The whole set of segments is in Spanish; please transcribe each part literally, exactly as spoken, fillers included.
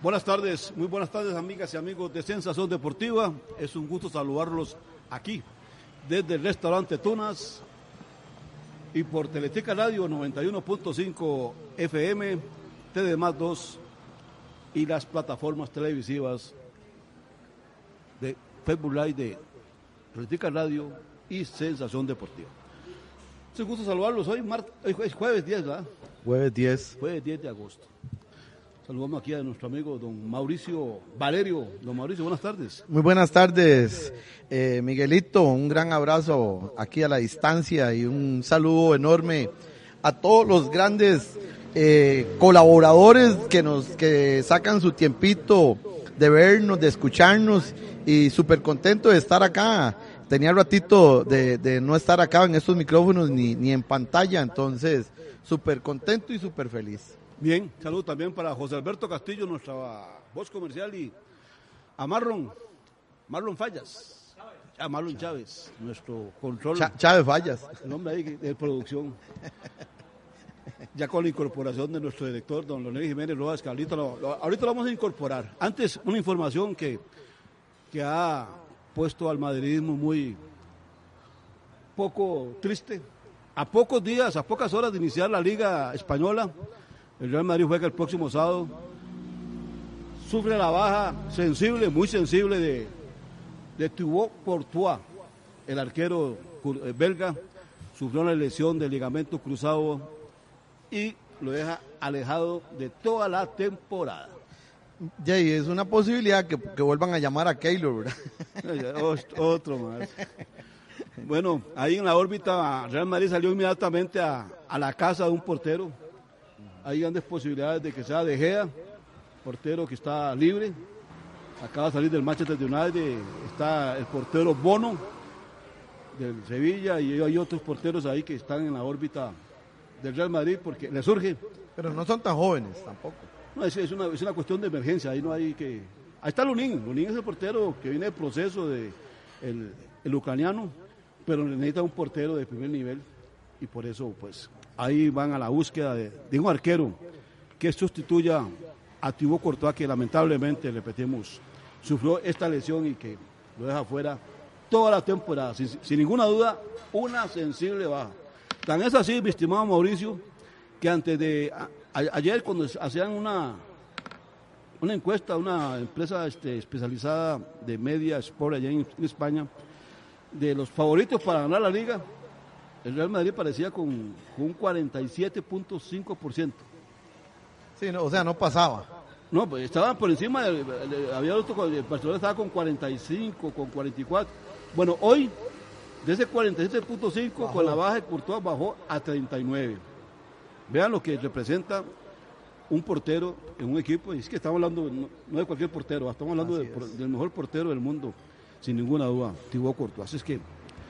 Buenas tardes, muy buenas tardes amigas y amigos de Sensación Deportiva. Es un gusto saludarlos aquí desde el restaurante Tunas y por Teletica Radio noventa y uno punto cinco F M, T D más dos y las plataformas televisivas de Facebook Live de Teletica Radio y Sensación Deportiva. Es un gusto saludarlos hoy, mart- es jueves diez, ¿verdad? Jueves diez. Jueves diez de agosto. Saludamos aquí a nuestro amigo don Mauricio Valerio. Don Mauricio, buenas tardes. Muy buenas tardes, eh, Miguelito. Un gran abrazo aquí a la distancia y un saludo enorme a todos los grandes eh, colaboradores que nos que sacan su tiempito de vernos, de escucharnos y súper contento de estar acá. Tenía ratito de, de no estar acá en estos micrófonos ni, ni en pantalla, entonces súper contento y súper feliz. Bien, saludo también para José Alberto Castillo, nuestra voz comercial, y a Marlon, Marlon Fallas, a Marlon Chávez, nuestro control. Ch- Chávez Fallas. El nombre ahí de producción. Ya con la incorporación de nuestro director, don Leonel Jiménez Rojas, que ahorita lo, lo, ahorita lo vamos a incorporar. Antes, una información que, que ha puesto al madridismo muy poco triste. A pocos días, a pocas horas de iniciar la Liga Española, el Real Madrid juega el próximo sábado. Sufre la baja sensible, muy sensible de, de Thibaut Courtois, el arquero belga. Sufrió una lesión del ligamento cruzado y lo deja alejado de toda la temporada. Jay, es una posibilidad que, que vuelvan a llamar a Keylor, ¿verdad? Otro más. Bueno, ahí en la órbita Real Madrid salió inmediatamente a, a la casa de un portero. Hay grandes posibilidades de que sea De Gea, portero que está libre. Acaba de salir del Manchester United, está el portero Bono del Sevilla y hay otros porteros ahí que están en la órbita del Real Madrid porque le surge. Pero no son tan jóvenes tampoco. No, es, es, una, es una cuestión de emergencia, ahí no hay que... Ahí está Lunin, Lunin es el portero que viene del proceso de el, el ucraniano, pero necesita un portero de primer nivel y por eso pues ahí van a la búsqueda de, de un arquero que sustituya a Thibaut Courtois, que lamentablemente, repetimos, sufrió esta lesión y que lo deja fuera toda la temporada, sin, sin ninguna duda, una sensible baja. Tan es así, mi estimado Mauricio, que antes de a, a, ayer cuando hacían una una encuesta, una empresa este, especializada de media sport allá en, en España, de los favoritos para ganar la liga, el Real Madrid parecía con, con un cuarenta y siete punto cinco por ciento. Sí, no, o sea, no pasaba. No, pues estaba por encima, de, de, había otro, el Barcelona estaba con cuarenta y cinco, con cuarenta y cuatro. Bueno, hoy, de ese cuarenta y siete punto cinco, con la baja de Courtois bajó a treinta y nueve. Vean lo que representa un portero en un equipo, y es que estamos hablando no, no de cualquier portero, estamos hablando de, del mejor portero del mundo, sin ninguna duda, Thibaut Courtois. Así es que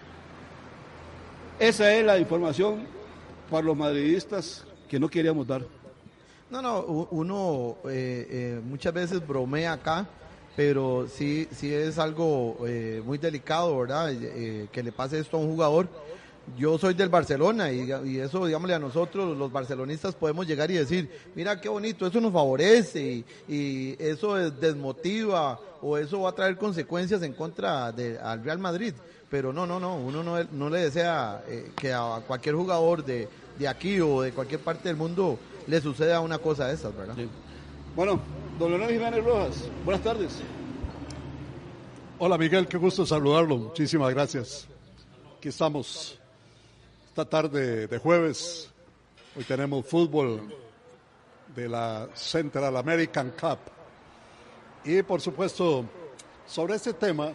esa es la información para los madridistas que no queríamos dar. No, no, uno eh, eh, muchas veces bromea acá, pero sí, sí es algo eh, muy delicado, ¿verdad? Eh, que le pase esto a un jugador. Yo soy del Barcelona y, y eso, digámosle, a nosotros los barcelonistas podemos llegar y decir, mira qué bonito, eso nos favorece y, y eso desmotiva o eso va a traer consecuencias en contra de, al Real Madrid. Pero no, no, no, uno no, no le desea eh, que a cualquier jugador de, de aquí o de cualquier parte del mundo le suceda una cosa de esas, ¿verdad? Sí. Bueno, don Leonel Jiménez Rojas, buenas tardes. Hola Miguel, qué gusto saludarlo, muchísimas gracias. Aquí estamos esta tarde de jueves, hoy tenemos fútbol de la Central American Cup y por supuesto sobre este tema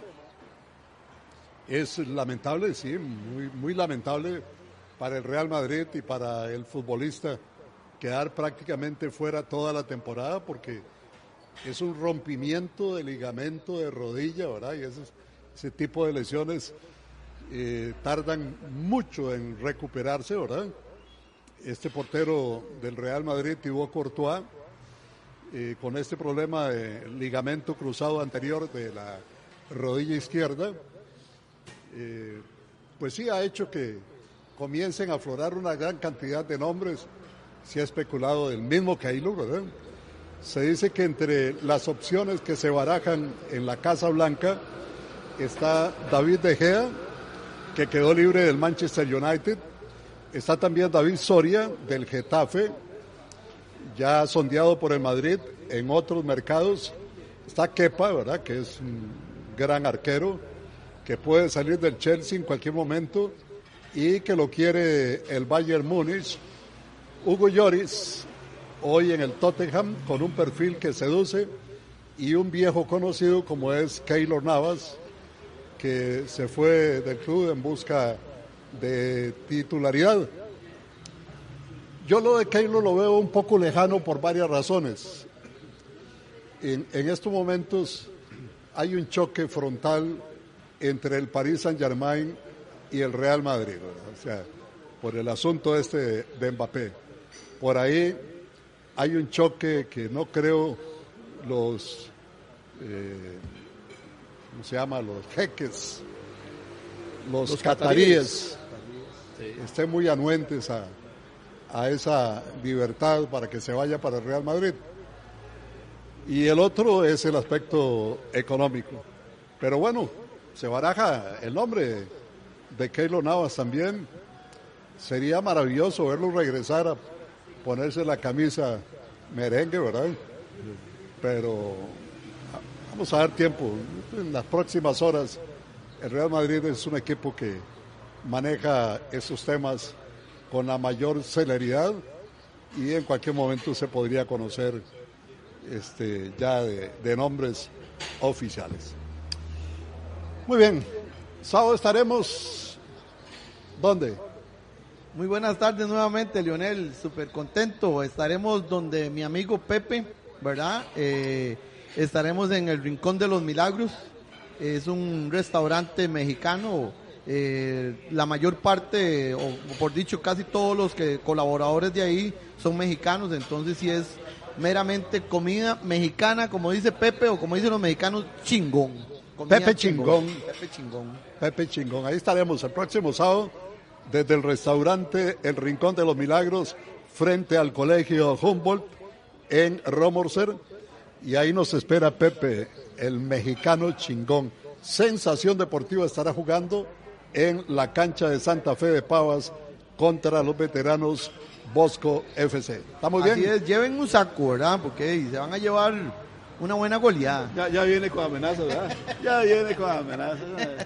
es lamentable, sí, muy, muy lamentable para el Real Madrid y para el futbolista quedar prácticamente fuera toda la temporada porque es un rompimiento de ligamento de rodilla, ¿verdad? Y ese, ese tipo de lesiones eh, tardan mucho en recuperarse, ¿verdad? Este portero del Real Madrid, Thibaut Courtois, eh, con este problema de ligamento cruzado anterior de la rodilla izquierda, eh, pues sí ha hecho que comiencen a aflorar una gran cantidad de nombres. Se ha especulado del mismo Keylor, ¿verdad? Se dice que entre las opciones que se barajan en la Casa Blanca está David De Gea, que quedó libre del Manchester United. Está también David Soria, del Getafe, ya sondeado por el Madrid en otros mercados. Está Kepa, ¿verdad?, que es un gran arquero, que puede salir del Chelsea en cualquier momento y que lo quiere el Bayern Múnich. Hugo Lloris, hoy en el Tottenham, con un perfil que seduce, y un viejo conocido como es Keylor Navas, que se fue del club en busca de titularidad. Yo lo de Keylor lo veo un poco lejano por varias razones. En, en estos momentos hay un choque frontal entre el Paris Saint-Germain y el Real Madrid, ¿verdad? O sea, por el asunto este de, de Mbappé. Por ahí hay un choque que no creo los, eh, ¿cómo se llama? Los jeques, los, los cataríes, cataríes. Estén muy anuentes a, a esa libertad para que se vaya para el Real Madrid. Y el otro es el aspecto económico. Pero bueno, se baraja el nombre de Keylor Navas también. Sería maravilloso verlo regresar a ponerse la camisa merengue, ¿verdad? Pero vamos a dar tiempo. En las próximas horas, el Real Madrid es un equipo que maneja esos temas con la mayor celeridad y en cualquier momento se podría conocer este, ya de, de nombres oficiales. Muy bien, sábado estaremos, ¿dónde? Muy buenas tardes nuevamente, Lionel, súper contento. Estaremos donde mi amigo Pepe, ¿verdad? Eh, estaremos en el Rincón de los Milagros. Es un restaurante mexicano. Eh, la mayor parte, o por dicho casi todos los que colaboradores de ahí son mexicanos, entonces sí es meramente comida mexicana, como dice Pepe, o como dicen los mexicanos, chingón. Pepe chingón. chingón. Pepe chingón. Pepe chingón. Ahí estaremos el próximo sábado desde el restaurante El Rincón de los Milagros frente al Colegio Humboldt en Romorcer, y ahí nos espera Pepe, el mexicano chingón. Sensación Deportiva estará jugando en la cancha de Santa Fe de Pavas contra los veteranos Bosco F C. ¿Estamos bien? Así es, lleven un saco, ¿verdad? Porque se van a llevar una buena goleada. Ya, ya viene con amenazas, ¿verdad? Ya viene con amenazas.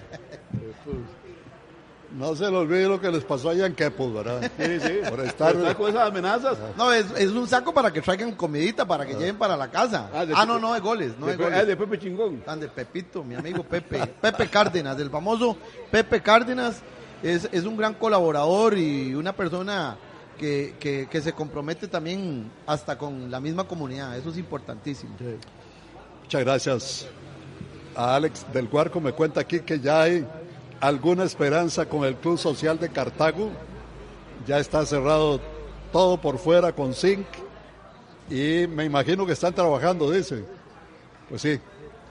No se le olvide lo que les pasó allá en Quepos, ¿verdad? Sí, sí. Por estar ¿Está con esas amenazas? No, es, es un saco para que traigan comidita, para que ah. lleven para la casa. Ah, ah no, no, de goles. No de, de goles. Ah, de Pepe Chingón. Tan de Pepito, mi amigo Pepe. Pepe Cárdenas, el famoso Pepe Cárdenas. Es, es un gran colaborador y una persona que, que, que se compromete también hasta con la misma comunidad. Eso es importantísimo. Sí. Muchas gracias a Alex del Guarco. Me cuenta aquí que ya hay alguna esperanza con el Club Social de Cartago. Ya está cerrado todo por fuera con zinc y me imagino que están trabajando, dice. Pues sí,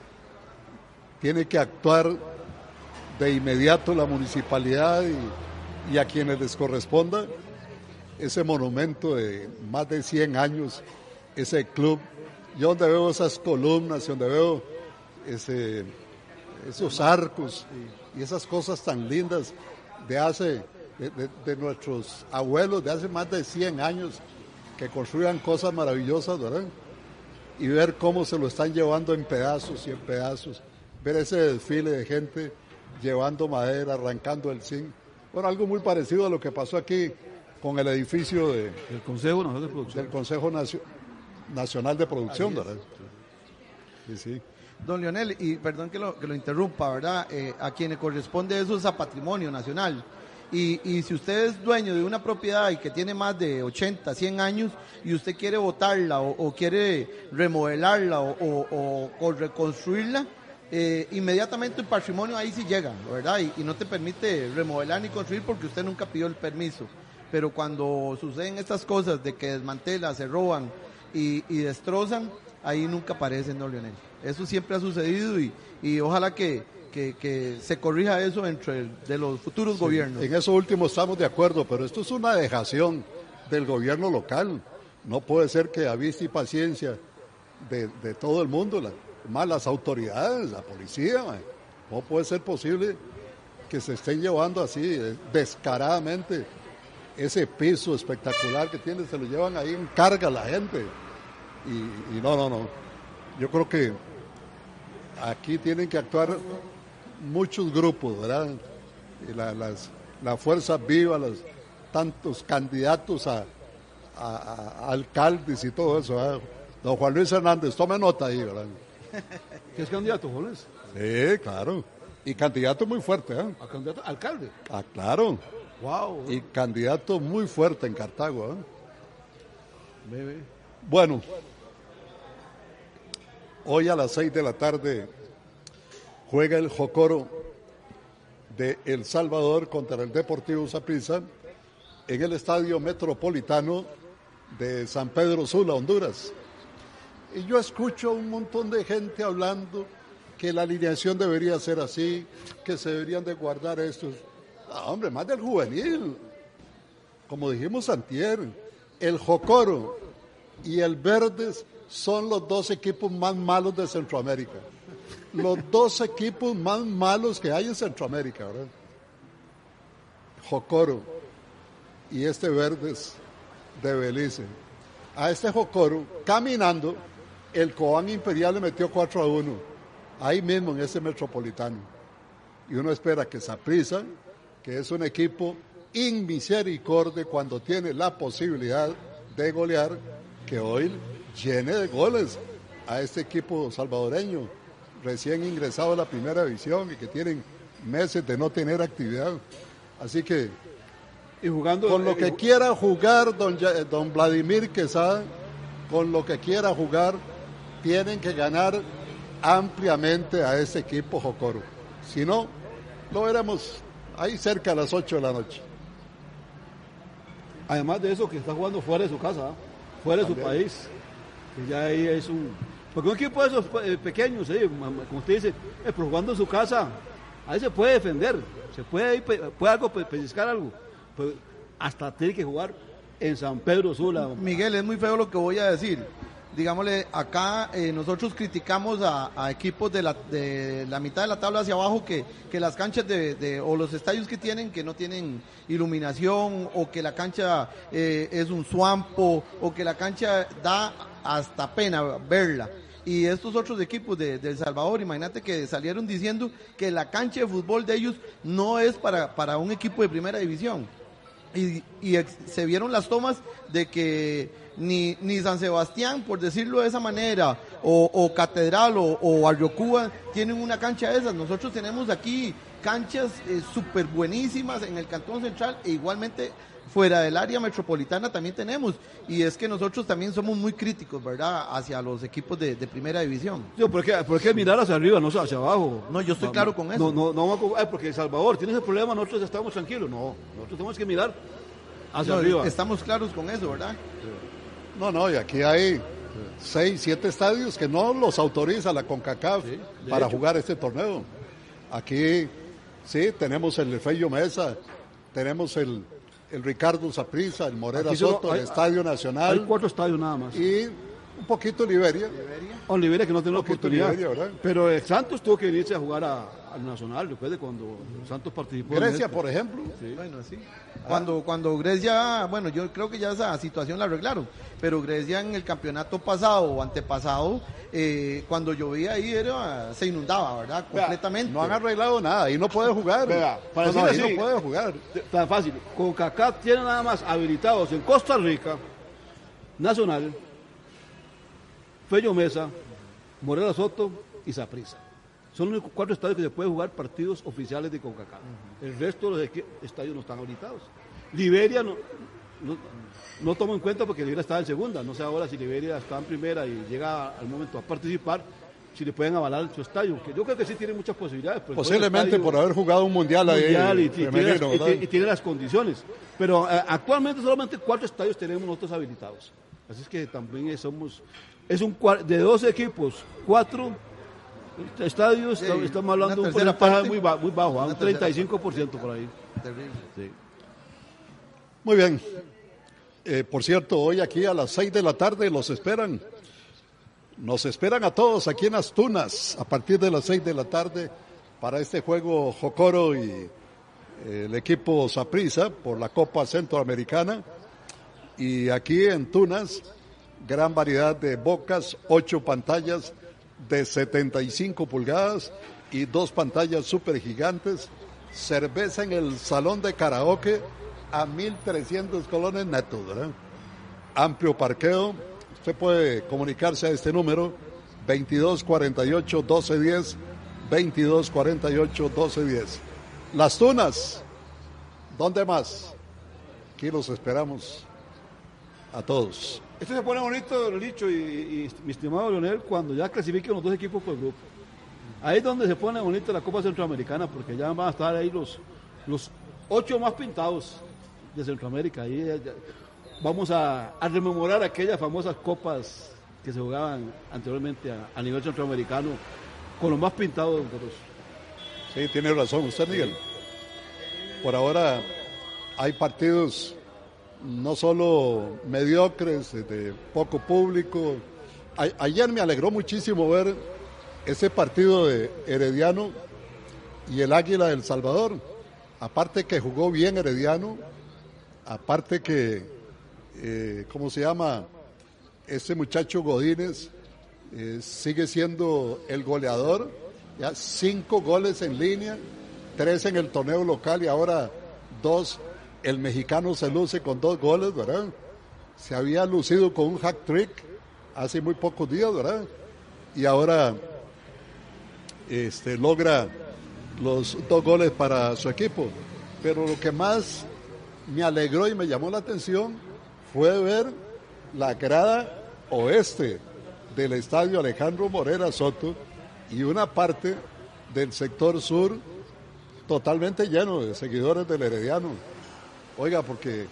tiene que actuar de inmediato la municipalidad y, y a quienes les corresponda ese monumento de más de cien años, ese club. Yo donde veo esas columnas, donde veo ese, esos arcos y, y esas cosas tan lindas de hace, de, de, de nuestros abuelos de hace más de cien años, que construían cosas maravillosas, ¿verdad? Y ver cómo se lo están llevando en pedazos y en pedazos, ver ese desfile de gente llevando madera, arrancando el zinc. Bueno, algo muy parecido a lo que pasó aquí con el edificio de, el Consejo Nacional de Producción. del Consejo Nacio, Nacional de Producción, ¿verdad? Sí, sí. Don Lionel, y perdón que lo, que lo interrumpa, ¿verdad? Eh, a quien le corresponde eso es a patrimonio nacional. Y, y si usted es dueño de una propiedad y que tiene más de ochenta, cien años y usted quiere botarla o, o quiere remodelarla o, o, o, o reconstruirla, eh, inmediatamente el patrimonio ahí sí llega, ¿verdad? Y, y no te permite remodelar ni construir porque usted nunca pidió el permiso. Pero cuando suceden estas cosas de que desmantelan, se roban y, y destrozan, ahí nunca aparecen, don Lionel. Eso siempre ha sucedido y, y ojalá que, que, que se corrija eso entre el, de los futuros sí, gobiernos. En eso último estamos de acuerdo, pero esto es una dejación del gobierno local. No puede ser que a vista y paciencia de, de todo el mundo, la, más las autoridades, la policía. Man. ¿Cómo puede ser posible que se estén llevando así descaradamente ese piso espectacular que tiene? Se lo llevan ahí en carga la gente. Y, y no, no, no. Yo creo que aquí tienen que actuar muchos grupos, ¿verdad? Y la, las, la fuerza viva, los tantos candidatos a, a, a alcaldes y todo eso. ¿verdad? Don Juan Luis Hernández, tome nota ahí, ¿verdad? ¿Qué es candidato, Juan Luis? Sí, claro. Y candidato muy fuerte, ¿eh? ¿A candidato alcalde? Ah, claro. Wow. Y candidato muy fuerte en Cartago, ¿eh? Bebe. Bueno, hoy a las seis de la tarde juega el Jocoro de El Salvador contra el Deportivo Saprissa en el Estadio Metropolitano de San Pedro Sula, Honduras. Y yo escucho a un montón de gente hablando que la alineación debería ser así, que se deberían de guardar estos. Ah, hombre, más del juvenil. Como dijimos antier, el Jocoro y el Verdes son los dos equipos más malos de Centroamérica. Los dos equipos más malos que hay en Centroamérica, ¿verdad? Jocoro y este Verdes de Belice. A este Jocoro, caminando, el Cobán Imperial le metió cuatro a uno, ahí mismo en ese Metropolitano. Y uno espera que Saprissa, que es un equipo inmisericordia cuando tiene la posibilidad de golear, que hoy llene de goles a este equipo salvadoreño, recién ingresado a la primera división y que tienen meses de no tener actividad. Así que, y jugando con lo que eh, quiera jugar don, don Vladimir Quesada, con lo que quiera jugar, tienen que ganar ampliamente a ese equipo Jocoro. Si no, lo veremos ahí cerca a las ocho de la noche. Además de eso, que está jugando fuera de su casa, ¿eh? Fuera de su país. Que ya ahí es un... Porque un equipo de esos eh, pequeños, eh, como usted dice, eh, pero jugando en su casa, ahí se puede defender, se puede, puede algo, pellizcar algo. Pero hasta tiene que jugar en San Pedro Sula. Miguel, es muy feo lo que voy a decir. Digámosle, acá eh, nosotros criticamos a, a equipos de la, de la mitad de la tabla hacia abajo que, que las canchas de, de, o los estadios que tienen, que no tienen iluminación, o que la cancha eh, es un suampo, o que la cancha da hasta pena verla. Y estos otros equipos de, de El Salvador, imagínate que salieron diciendo que la cancha de fútbol de ellos no es para, para un equipo de primera división. Y, y ex, se vieron las tomas de que ni, ni San Sebastián, por decirlo de esa manera, o, o Catedral o, o Barrio Cuba tienen una cancha de esas. Nosotros tenemos aquí canchas eh, súper buenísimas en el Cantón Central, e igualmente fuera del área metropolitana también tenemos. Y es que nosotros también somos muy críticos, ¿verdad?, hacia los equipos de, de primera división. Sí, ¿por qué, ¿por qué mirar hacia arriba, no hacia abajo? No, yo estoy no, claro no, con eso. No, no, no, ay, porque El Salvador tiene ese problema, nosotros estamos tranquilos. No, nosotros tenemos que mirar hacia no, arriba. Estamos claros con eso, ¿verdad? No, no, y aquí hay seis, siete estadios que no los autoriza la CONCACAF sí, para hecho. jugar este torneo. Aquí, sí, tenemos el Fello Mesa, tenemos el, el Ricardo Saprissa, el Morera Aquí solo Soto, hay- el Estadio Nacional Hay cuatro estadios nada más. y un poquito Liberia. Oliveira que no tiene la Un poquito oportunidad. Liberia, ¿verdad? Pero eh, Santos tuvo que venirse a jugar a- al Nacional, recuerde cuando Santos participó. en Grecia, esto. por ejemplo. Sí. Bueno, sí. Cuando, cuando Grecia, bueno, yo creo que ya esa situación la arreglaron, pero Grecia en el campeonato pasado o antepasado, eh, cuando llovía ahí era, se inundaba, ¿verdad? Vea, Completamente. No han arreglado nada y no puede jugar. Vea, para no, no, decirle ahí así, no puede jugar. Tan fácil. CONCACAF tiene nada más habilitados en Costa Rica, Nacional, Fello Mesa, Morera Soto y Saprissa. Son los únicos cuatro estadios que se pueden jugar partidos oficiales de CONCACAF. El resto de los equi- estadios no están habilitados. Liberia no, no, no tomo en cuenta porque Liberia estaba en segunda. No sé ahora si Liberia está en primera y llega al momento a participar, si le pueden avalar su estadio. Que yo creo que sí tiene muchas posibilidades. porque Posiblemente todo el por estadio- haber jugado un mundial, mundial ahí y, ti- tiene femenino, las, y ¿verdad? ti- y tiene las condiciones. Pero eh, actualmente solamente cuatro estadios tenemos nosotros habilitados. Así es que también somos, es un cua- de doce equipos, cuatro estadios, Sí, estamos- estamos hablando de una un tercera porcentaje parte. muy, ba- muy bajo, a Una un tercera treinta y cinco por ciento por ahí. Terrible. Sí. Muy bien. Eh, por cierto, hoy aquí a las seis de la tarde los esperan Nos esperan a todos aquí en Las Tunas a partir de las seis de la tarde para este juego Jocoro y eh, el equipo Saprissa por la Copa Centroamericana. Y aquí en Tunas, gran variedad de bocas, ocho pantallas de setenta y cinco pulgadas y dos pantallas súper gigantes. Cerveza en el salón de karaoke a mil trescientos colones netos, ¿verdad? Amplio parqueo. Usted puede comunicarse a este número veintidós cuarenta y ocho doce diez, veintidós cuarenta y ocho doce diez. Las Tunas, ¿dónde más? Aquí los esperamos a todos. Esto se pone bonito, Licho y, y, y mi estimado Leonel, cuando ya clasifiquen los dos equipos por grupo. Ahí es donde se pone bonita la Copa Centroamericana, porque ya van a estar ahí los, los ocho más pintados de Centroamérica. Ahí ya, ya, vamos a, a rememorar aquellas famosas copas que se jugaban anteriormente a, a nivel centroamericano, con los más pintados de los. Sí, tiene razón usted, Miguel. Por ahora hay partidos no solo mediocres, de poco público. A, ayer me alegró muchísimo ver ese partido de Herediano y el Águila del Salvador. Aparte que jugó bien Herediano, aparte que Eh, ¿cómo se llama? Ese muchacho Godínez eh, sigue siendo el goleador, ya cinco goles en línea, tres en el torneo local y ahora dos. El mexicano se luce con dos goles, ¿verdad? Se había lucido con un hack trick hace muy pocos días, ¿verdad? Y ahora este, logra los dos goles para su equipo. Pero lo que más me alegró y me llamó la atención fue ver la grada oeste del estadio Alejandro Morera Soto y una parte del sector sur totalmente lleno de seguidores del Herediano. Oiga, porque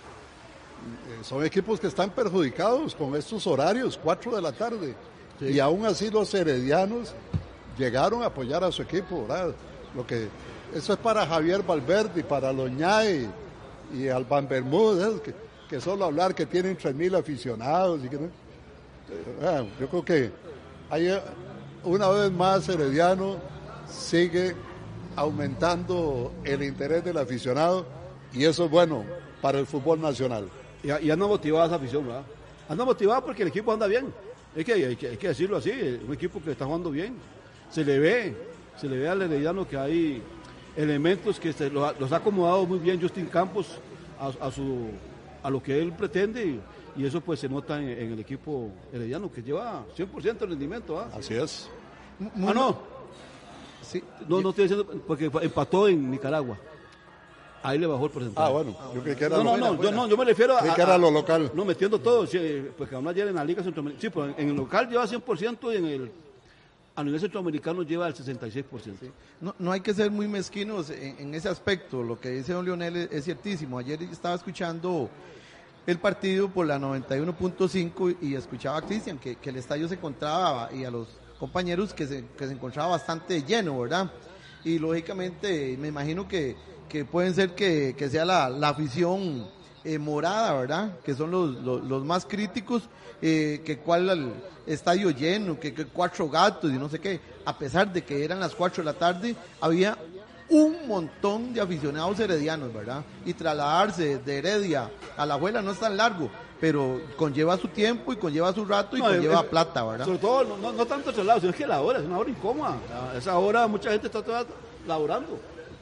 son equipos que están perjudicados con estos horarios, cuatro de la tarde, sí. Y aún así los heredianos llegaron a apoyar a su equipo, ¿verdad? Lo que, eso es para Javier Valverde y para Loñay y Albán Bermúdez, que que solo hablar que tienen tres mil aficionados. Y que, eh, yo creo que hay, una vez más Herediano sigue aumentando el interés del aficionado y eso es bueno para el fútbol nacional. Y, y anda motivada esa afición, ¿verdad? Anda motivada porque el equipo anda bien. Es que hay, que hay que decirlo así, un equipo que está jugando bien. Se le ve, se le ve al Herediano que hay elementos que se los, los ha acomodado muy bien Justin Campos a, a su... a lo que él pretende y, y eso pues se nota en, en el equipo herediano que lleva cien por ciento de rendimiento. ¿Ah? Así es. Ah, no. Sí. No, no estoy diciendo porque empató en Nicaragua. Ahí le bajó el porcentaje. Ah, bueno. Yo creí que era no, no, no, yo, no, yo me refiero a... Creí que era lo local. No, metiendo todo. Sí, pues que aún ayer en la Liga Centroamericana. Sí, pues en el local lleva cien por ciento y en el... a nivel centroamericano lleva el sesenta y seis por ciento. Sí. No, no hay que ser muy mezquinos en, en ese aspecto. Lo que dice don Leonel es, es ciertísimo. Ayer estaba escuchando el partido por la noventa y uno punto cinco y escuchaba a Cristian que, que el estadio se encontraba y a los compañeros que se, que se encontraba bastante lleno, ¿verdad? Y lógicamente me imagino que, que pueden ser que, que sea la, la afición eh, morada, ¿verdad? Que son los, los, los más críticos, eh, que cuál el estadio lleno, que, que cuatro gatos y no sé qué. A pesar de que eran las cuatro de la tarde, había un montón de aficionados heredianos, ¿verdad? Y trasladarse de Heredia a la abuela no es tan largo, pero conlleva su tiempo y conlleva su rato y no, conlleva es, plata, ¿verdad? Sobre todo, no, no, no tanto traslado, sino es que la hora es una hora incómoda. A esa hora mucha gente está toda laborando.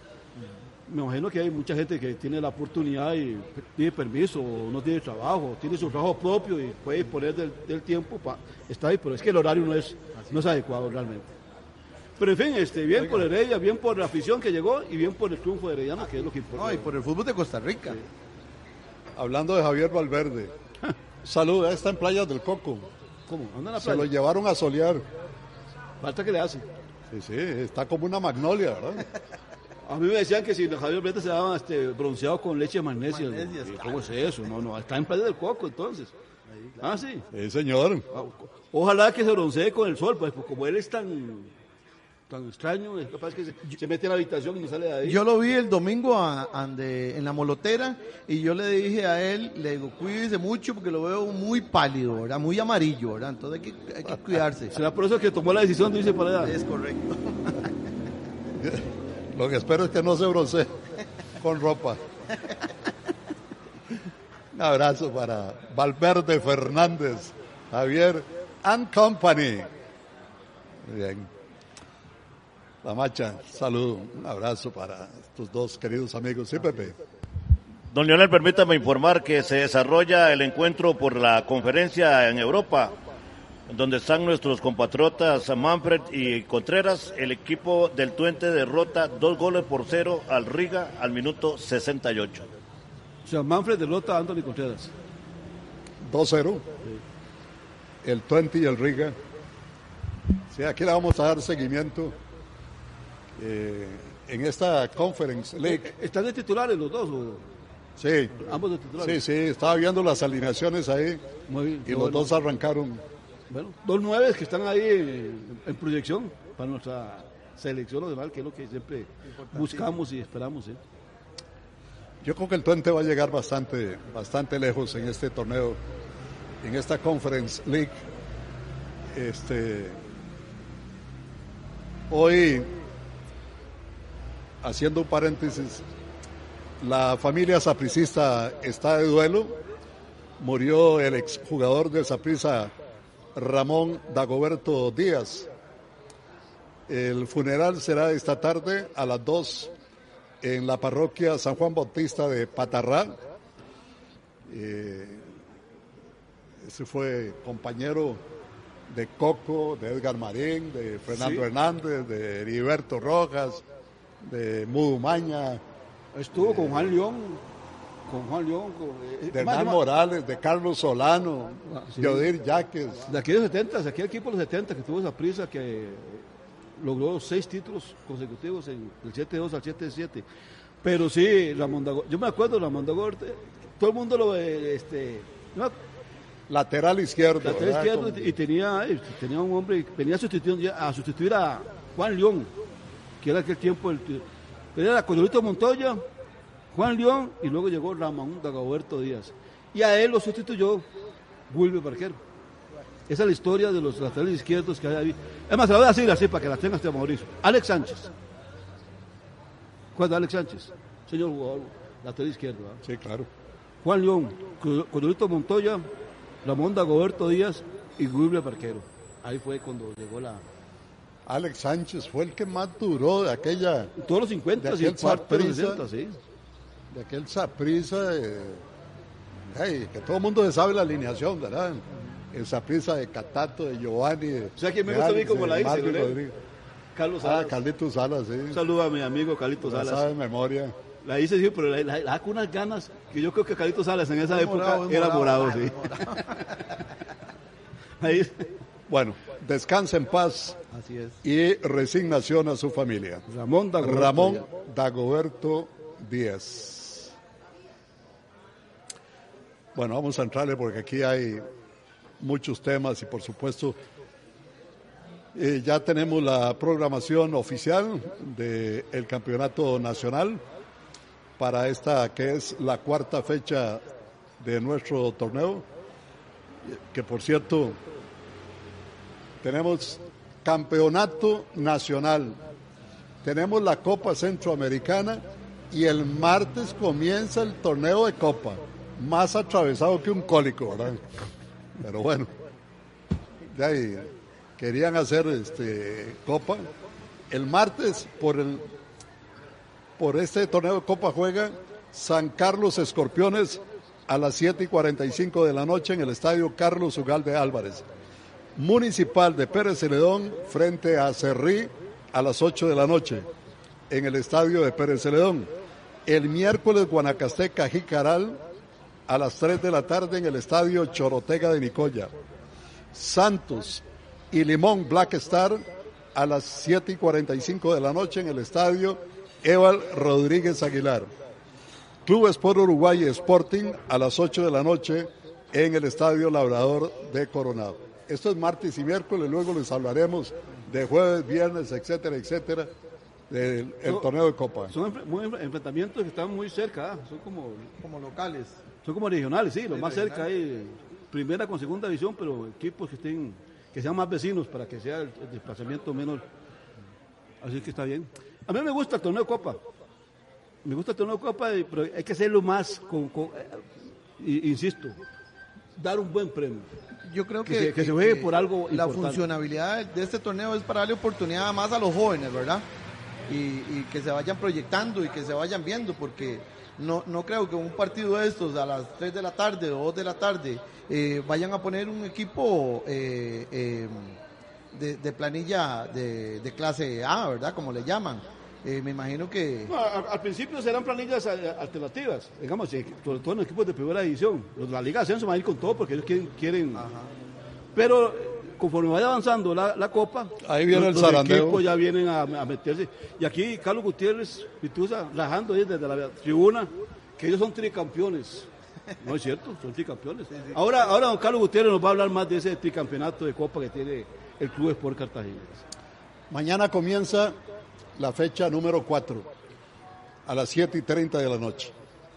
Me imagino que hay mucha gente que tiene la oportunidad y tiene permiso, no tiene trabajo, tiene su trabajo propio y puede disponer del, del tiempo para estar ahí, pero es que el horario no es, no es adecuado realmente. Pero en fin, este, bien Oiga. por Heredia, bien por la afición que llegó y bien por el triunfo de Herediano, que es lo que importa. No, y por el fútbol de Costa Rica. Sí. Hablando de Javier Valverde, salud, está en Playas del Coco. ¿Cómo? ¿Anda en la playa? Se lo llevaron a solear. Falta que le hace. Sí, sí, está como una magnolia, ¿verdad? A mí me decían que si Javier Valverde se daba este, bronceado con leche de magnesia. magnesia ¿no? ¿Cómo es eso? No, no, está en Playa del Coco entonces. Ahí, claro. Ah, sí. Sí, señor. Ojalá que se broncee con el sol, pues, pues como él es tan... tan extraño, es capaz que se, se mete en la habitación y no sale de ahí. Yo lo vi el domingo a, ande, en la molotera y yo le dije a él, le digo, cuídese mucho porque lo veo muy pálido, ¿verdad? Muy amarillo, ¿verdad? Entonces hay que, hay que cuidarse. ¿Será por eso que tomó la decisión de irse para allá? Es correcto. Lo que espero es que no se broncee con ropa. Un abrazo para Valverde Fernández, Javier and Company. Muy bien. La Macha, saludo, un abrazo para estos dos queridos amigos. Sí, Pepe. Don Leonel, permítame informar que se desarrolla el encuentro por la conferencia en Europa, donde están nuestros compatriotas Manfred y Contreras. El equipo del Twente derrota dos goles por cero al Riga al minuto sesenta y ocho. O sea, Manfred derrota a Anthony Contreras. dos cero. Sí. El Twente y el Riga. Sí, aquí le vamos a dar seguimiento. Eh, en esta Conference League. ¿Están de titulares los dos? ¿O? Sí. Ambos de titulares. Sí, sí, estaba viendo las alineaciones ahí. Muy bien, y los bueno. dos arrancaron. Bueno, dos nueves que están ahí en, en proyección para nuestra selección nacional, que es lo que siempre buscamos y esperamos. ¿eh? Yo creo que el Twente va a llegar bastante, bastante lejos en este torneo, en esta Conference League. Este, hoy, haciendo un paréntesis, la familia sapricista está de duelo. Murió el exjugador del Saprissa, Ramón Dagoberto Díaz. El funeral será esta tarde a las dos en la parroquia San Juan Bautista de Patarrá. Eh, ese fue compañero de Coco, de Edgar Marín, de Fernando sí. Hernández, de Heriberto Rojas, de Mudumaña. Estuvo eh, con Juan León, con Juan León, con, eh, de más, Hernán más, Morales, de Carlos Solano, ah, sí. de Odir Yaques. De aquí de los setenta, de aquí el equipo de los setenta que tuvo esa prisa que logró seis títulos consecutivos en el siete dos al siete siete. Pero sí, Ramón Dagoberto, yo me acuerdo de Ramón Dagoberto, todo el mundo lo ve, este, no, lateral izquierdo. lateral izquierdo y, y tenía, tenía un hombre que venía a sustituir, a sustituir a Juan León, que era aquel tiempo el, era Condorito Montoya, Juan León y luego llegó Ramón Dagoberto Díaz. Y a él lo sustituyó Wilber Barquero. Esa es la historia de los laterales izquierdos que hay ahí. Es más, se la voy a decir así para que la tengas, Mauricio. Alex Sánchez. ¿Cuál es Alex Sánchez? Señor jugador, lateral izquierdo. ¿eh? Sí, claro. Juan León, Condorito Montoya, Ramón Dagoberto Díaz y Wilber Barquero. Ahí fue cuando llegó la... Alex Sánchez fue el que más duró de aquella... Todos los cincuenta y el cuarto de los sesenta, sí. De aquel Saprissa, eh, hey, que todo el mundo se sabe la alineación, ¿verdad? El Saprissa de Catato, de Giovanni. De, o sea, que me de gusta a mí Alex, como de la dice, Marvin ¿no? Rodríguez. Carlos Salas. Ah, Carlitos Salas, sí. Un saludo a mi amigo Carlitos La Salas. sabe de memoria. La hice, sí, pero la, la, la con unas ganas que yo creo que Carlitos Salas en esa Es época morado, es era morado, morado, sí. morado. Ahí, Bueno, descansa en paz Así es. y resignación a su familia. Ramón Dagoberto. Ramón Dagoberto Díaz. Bueno, vamos a entrarle porque aquí hay muchos temas y por supuesto eh, ya tenemos la programación oficial del campeonato nacional para esta que es la cuarta fecha de nuestro torneo, que por cierto tenemos campeonato nacional, tenemos la Copa Centroamericana y el martes comienza el torneo de Copa, más atravesado que un cólico, ¿verdad? Pero bueno, de ahí querían hacer este Copa. El martes por el por este torneo de Copa juega San Carlos Escorpiones a las siete y cuarenta y cinco de la noche en el estadio Carlos Ugalde Álvarez. Municipal de Pérez Celedón frente a Cerrí a las ocho de la noche en el estadio de Pérez Celedón. El miércoles Guanacasteca Jicaral a las tres de la tarde en el estadio Chorotega de Nicoya. Santos y Limón Black Star a las siete y cuarenta y cinco de la noche en el estadio Eval Rodríguez Aguilar. Club Sport Uruguay Sporting a las ocho de la noche en el estadio Labrador de Coronado. Esto es martes y miércoles, luego les hablaremos de jueves, viernes, etcétera, etcétera, del el son, torneo de Copa. Son enfre- muy, enfrentamientos que están muy cerca, ¿ah? Son como, Como locales. son como regionales, sí, los Sí, más regionales. cerca hay primera con segunda división, pero equipos que estén, que sean más vecinos para que sea el, el desplazamiento menos. Así que está bien. A mí me gusta el torneo de Copa. Me gusta el torneo de Copa, y- pero hay que hacerlo más con, con eh, y- insisto, dar un buen premio. Yo creo Que que, se- que se juegue por algo la importante. funcionabilidad de este torneo es para darle oportunidad más a los jóvenes, ¿verdad? Y, y que se vayan proyectando y que se vayan viendo, porque no, no creo que un partido de estos a las tres de la tarde o dos de la tarde eh, vayan a poner un equipo eh, eh, de, de planilla de, de clase A, ¿verdad? Como le llaman. Eh, me imagino que... No, al, al principio serán planillas eh, alternativas, digamos, eh, sobre todo en equipos de primera división. Los de la Liga de Ascenso van a ir con todo porque ellos quieren. quieren pero eh, conforme vaya avanzando la, la Copa, Ahí viene los, el los zarandeo. equipos ya vienen a, a meterse. Y aquí Carlos Gutiérrez Pituza rajando ahí desde la tribuna que ellos son tricampeones. No es cierto, son tricampeones. Ahora, ahora don Carlos Gutiérrez nos va a hablar más de ese tricampeonato de Copa que tiene el Club Sport Cartagena. Mañana comienza la fecha número cuatro, a las siete y treinta de la noche.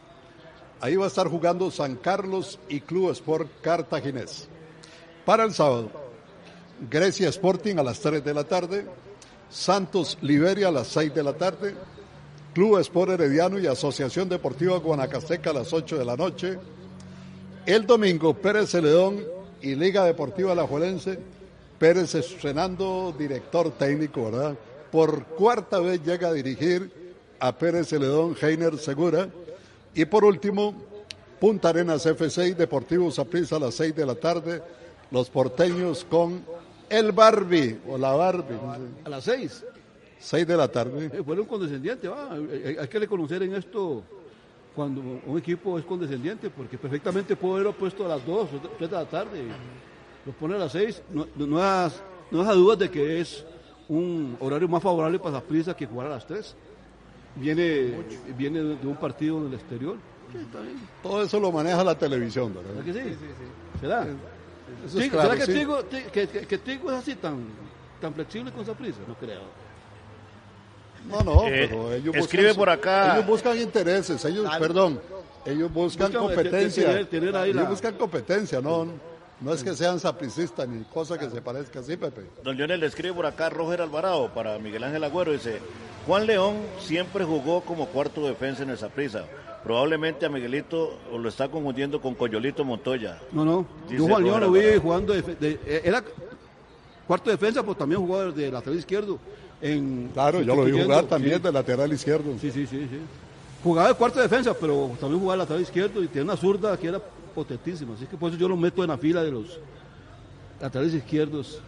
Ahí va a estar jugando San Carlos y Club Sport Cartaginés. Para el sábado, Grecia Sporting a las tres de la tarde, Santos Liberia a las seis de la tarde, Club Sport Herediano y Asociación Deportiva Guanacasteca a las ocho de la noche. El domingo, Pérez Celedón y Liga Deportiva Alajuelense, Pérez estrenando director técnico, ¿verdad? Por cuarta vez llega a dirigir a Pérez Celedón, Heiner Segura. Y por último, Punta Arenas F C y Deportivo Saprissa a las seis de la tarde. Los porteños con el Barbie, o la Barbie, no sé, A las seis. seis de la tarde. Eh, fueron condescendientes, va. Hay, hay- hay que reconocer en esto cuando un equipo es condescendiente, porque perfectamente puede haberlo puesto a las dos o tres de la tarde. Lo pone a las seis. No, no, no das, no das dudas de que es un horario más favorable para Saprissa que jugar a las tres. Viene, viene de un partido en el exterior. Sí, está bien. Todo eso lo maneja la televisión, ¿Verdad ¿verdad? que sí? ¿Será? Eso es Tigo- claro, ¿Será que, sí. Tigo, Ti- que, que- que Tigo es así tan, tan flexible con Saprissa? No creo. No, no, Eh, pero ellos escribe buscan, por acá. ellos buscan intereses, ellos, perdón, ellos buscan Buscan, eh, competencia, tener- tener ahí ellos la- buscan competencia, no, no es que sean sapricistas ni cosa que se parezca así, Pepe. Don Lionel le escribe por acá Roger Alvarado para Miguel Ángel Agüero. Dice, Juan León siempre jugó como cuarto defensa en el Saprissa. Probablemente a Miguelito lo está confundiendo con Coyolito Montoya. No, no. Dice Yo Juan León Roger lo vi Alvarado. jugando. De, de- eh, era cuarto defensa, pero también jugaba de lateral izquierdo. En, Claro, yo lo vi sustituyendo, jugar también sí. de lateral izquierdo. Sí, sí, sí, sí. Jugaba de cuarto defensa, pero también jugaba de lateral izquierdo y tenía una zurda que era potentísima. Así que por eso yo lo meto en la fila de los laterales izquierdos.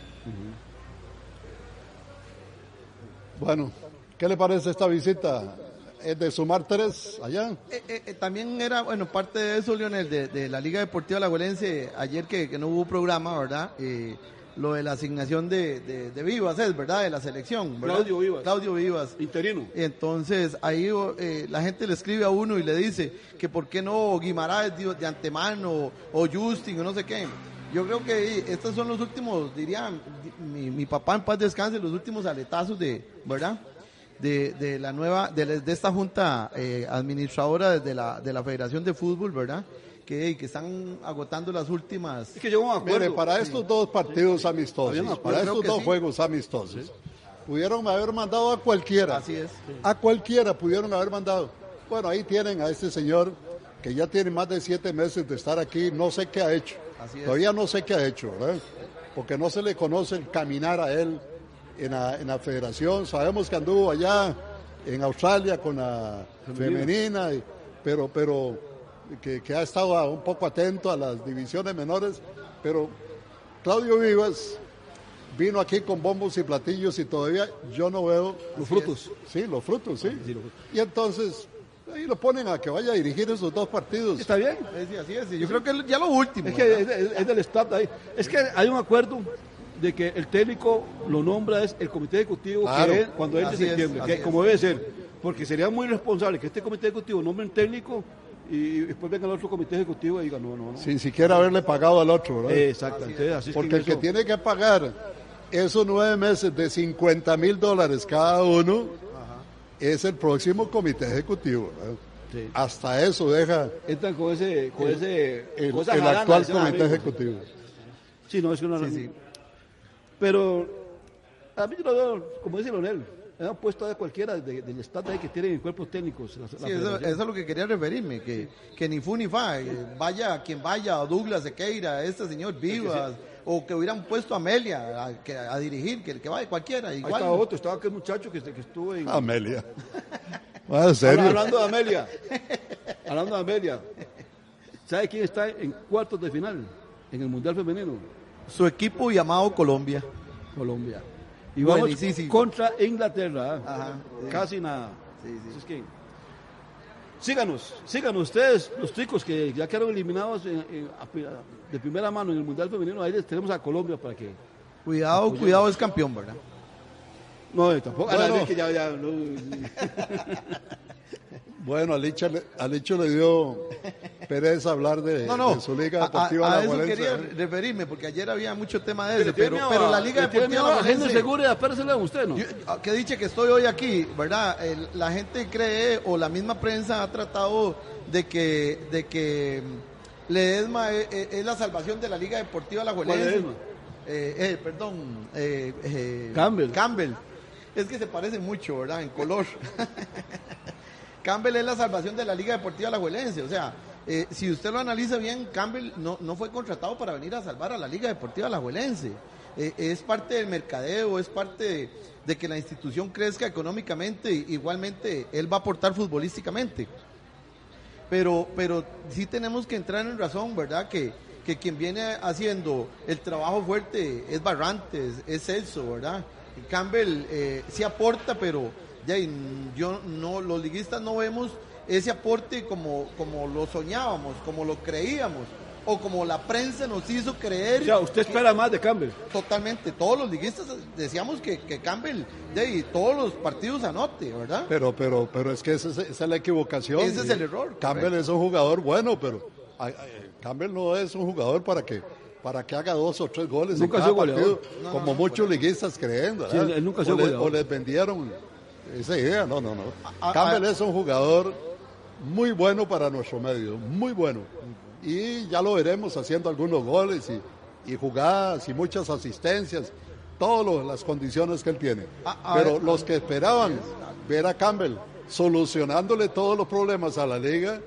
Bueno, ¿qué le parece esta visita? ¿Es de sumar tres allá? Eh, eh, eh, también era, bueno, parte de eso, Lionel, de, de la Liga Deportiva Alajuelense, ayer que, que no hubo programa, ¿verdad? Eh, lo de la asignación de, de, de Vivas, es verdad, de la selección, ¿verdad? Claudio Vivas. Claudio Vivas. Interino. Entonces, ahí eh, la gente le escribe a uno y le dice que por qué no Guimaraes de, de antemano o Justin o no sé qué. Yo creo que eh, estos son los últimos, diría mi, mi papá en paz descanse, los últimos aletazos de, ¿verdad? De, de la nueva, de, de esta junta eh, administradora de la, de la Federación de Fútbol, ¿verdad? Que, que están agotando las últimas. Es que llegó a un acuerdo. Mire, para estos dos partidos amistosos, Había un acuerdo, para creo estos que dos sí. juegos amistosos, pudieron haber mandado a cualquiera. Así es. A cualquiera pudieron haber mandado. Bueno, ahí tienen a este señor que ya tiene más de siete meses de estar aquí, no sé qué ha hecho. Así es. Todavía no sé qué ha hecho, ¿verdad? Porque no se le conoce el caminar a él en la, en la federación. Sabemos que anduvo allá en Australia con la femenina, y- pero, pero que, que ha estado a- un poco atento a las divisiones menores. Pero Claudio Vivas vino aquí con bombos y platillos y todavía yo no veo Los frutos. Sí, los frutos, sí. Sí, los frutos. Y entonces, ahí lo ponen a que vaya a dirigir esos dos partidos. Está bien. Eh, sí, así es. Yo creo que es ya lo último. Es que ¿verdad? es, es- es del staff ahí. Es que hay un acuerdo de que el técnico lo nombra es el comité ejecutivo Claro. que es cuando entre Así es, septiembre, así que es. como debe ser, porque sería muy responsable que este comité ejecutivo nombre un técnico y después venga el otro comité ejecutivo y diga no, no, no. Sin siquiera haberle pagado al otro, ¿verdad? Exacto, entonces, así es que Porque en el que eso- tiene que pagar esos nueve meses de cincuenta mil dólares cada uno, ajá, es el próximo comité ejecutivo, ¿verdad? Sí. Hasta eso deja... Entran con ese... Con el, ese el, el, el actual comité amigo. ejecutivo. Sí, no, es que no... Sí, sí. Pero a mí yo lo veo, como dice Leonel, han puesto a cualquiera de, del estatus que tienen cuerpos técnicos. La, sí, la eso, eso es lo que quería referirme, que, que ni fu ni fa, vaya quien vaya, Douglas Sequeira, este señor Vivas, sí, o que hubieran puesto a Amelia a, que, a dirigir, que, que vaya cualquiera. Igual. Ahí estaba otro, estaba aquel muchacho que, que estuvo en... Amelia. Ah, ¿en serio? Hablando de Amelia, hablando de Amelia, ¿sabe quién está en cuartos de final en el Mundial Femenino? Su equipo llamado Colombia. Colombia. Y vamos bueno, sí, sí. contra Inglaterra. Ajá, sí. Casi nada. Sí, sí. Es que, síganos, síganos ustedes, los chicos que ya quedaron eliminados en, en, de primera mano en el Mundial Femenino. Ahí les tenemos a Colombia para que... Cuidado, apoyen. Cuidado, es campeón, ¿verdad? No, tampoco. Bueno, a que ya, ya, no. Bueno, a Licha, a Licho le dio pereza hablar de, no, no, de su Liga Deportiva a, a, a Alajuelense. eso quería referirme, porque ayer había mucho tema de eso, pero, pero, pero la Liga Deportiva Alajuelense... segura, espérsela a usted, ¿no? Yo, que dice que estoy hoy aquí, ¿verdad? El, la gente cree, o la misma prensa ha tratado de que, de que Ledesma es, es la salvación de la Liga Deportiva Alajuelense. Eh, eh, perdón, eh, eh, Campbell. Campbell. Es que se parece mucho, ¿verdad? En color. Campbell es la salvación de la Liga Deportiva Alajuelense. O sea, eh, si usted lo analiza bien, Campbell no, no fue contratado para venir a salvar a la Liga Deportiva Alajuelense. Eh, es parte del mercadeo, es parte de, de que la institución crezca económicamente. Igualmente, él va a aportar futbolísticamente. Pero, pero sí tenemos que entrar en razón, ¿verdad? Que, que quien viene haciendo el trabajo fuerte es Barrantes, es Celso, ¿verdad? Campbell eh, sí aporta, pero ya, yo no, los liguistas no vemos ese aporte como, como lo soñábamos, como lo creíamos, o como la prensa nos hizo creer. O sea, usted que, espera más de Campbell. Totalmente, todos los liguistas decíamos que, que Campbell, ya, y todos los partidos anote, ¿verdad? Pero, pero, pero es que esa es, esa es la equivocación. Ese es el error. Campbell correcto. Es un jugador bueno, pero ay, ay, Campbell no es un jugador para que para que haga dos o tres goles nunca en cada partido, no, como no, no, muchos liguistas creen, sí, él nunca o, le, o les vendieron esa idea, no, no, no. A, Campbell a, es un jugador muy bueno para nuestro medio, muy bueno, uh-huh. Y ya lo veremos haciendo algunos goles y, y jugadas y muchas asistencias, todas las condiciones que él tiene, a, a pero ver, los que esperaban ver a Campbell solucionándole todos los problemas a la liga,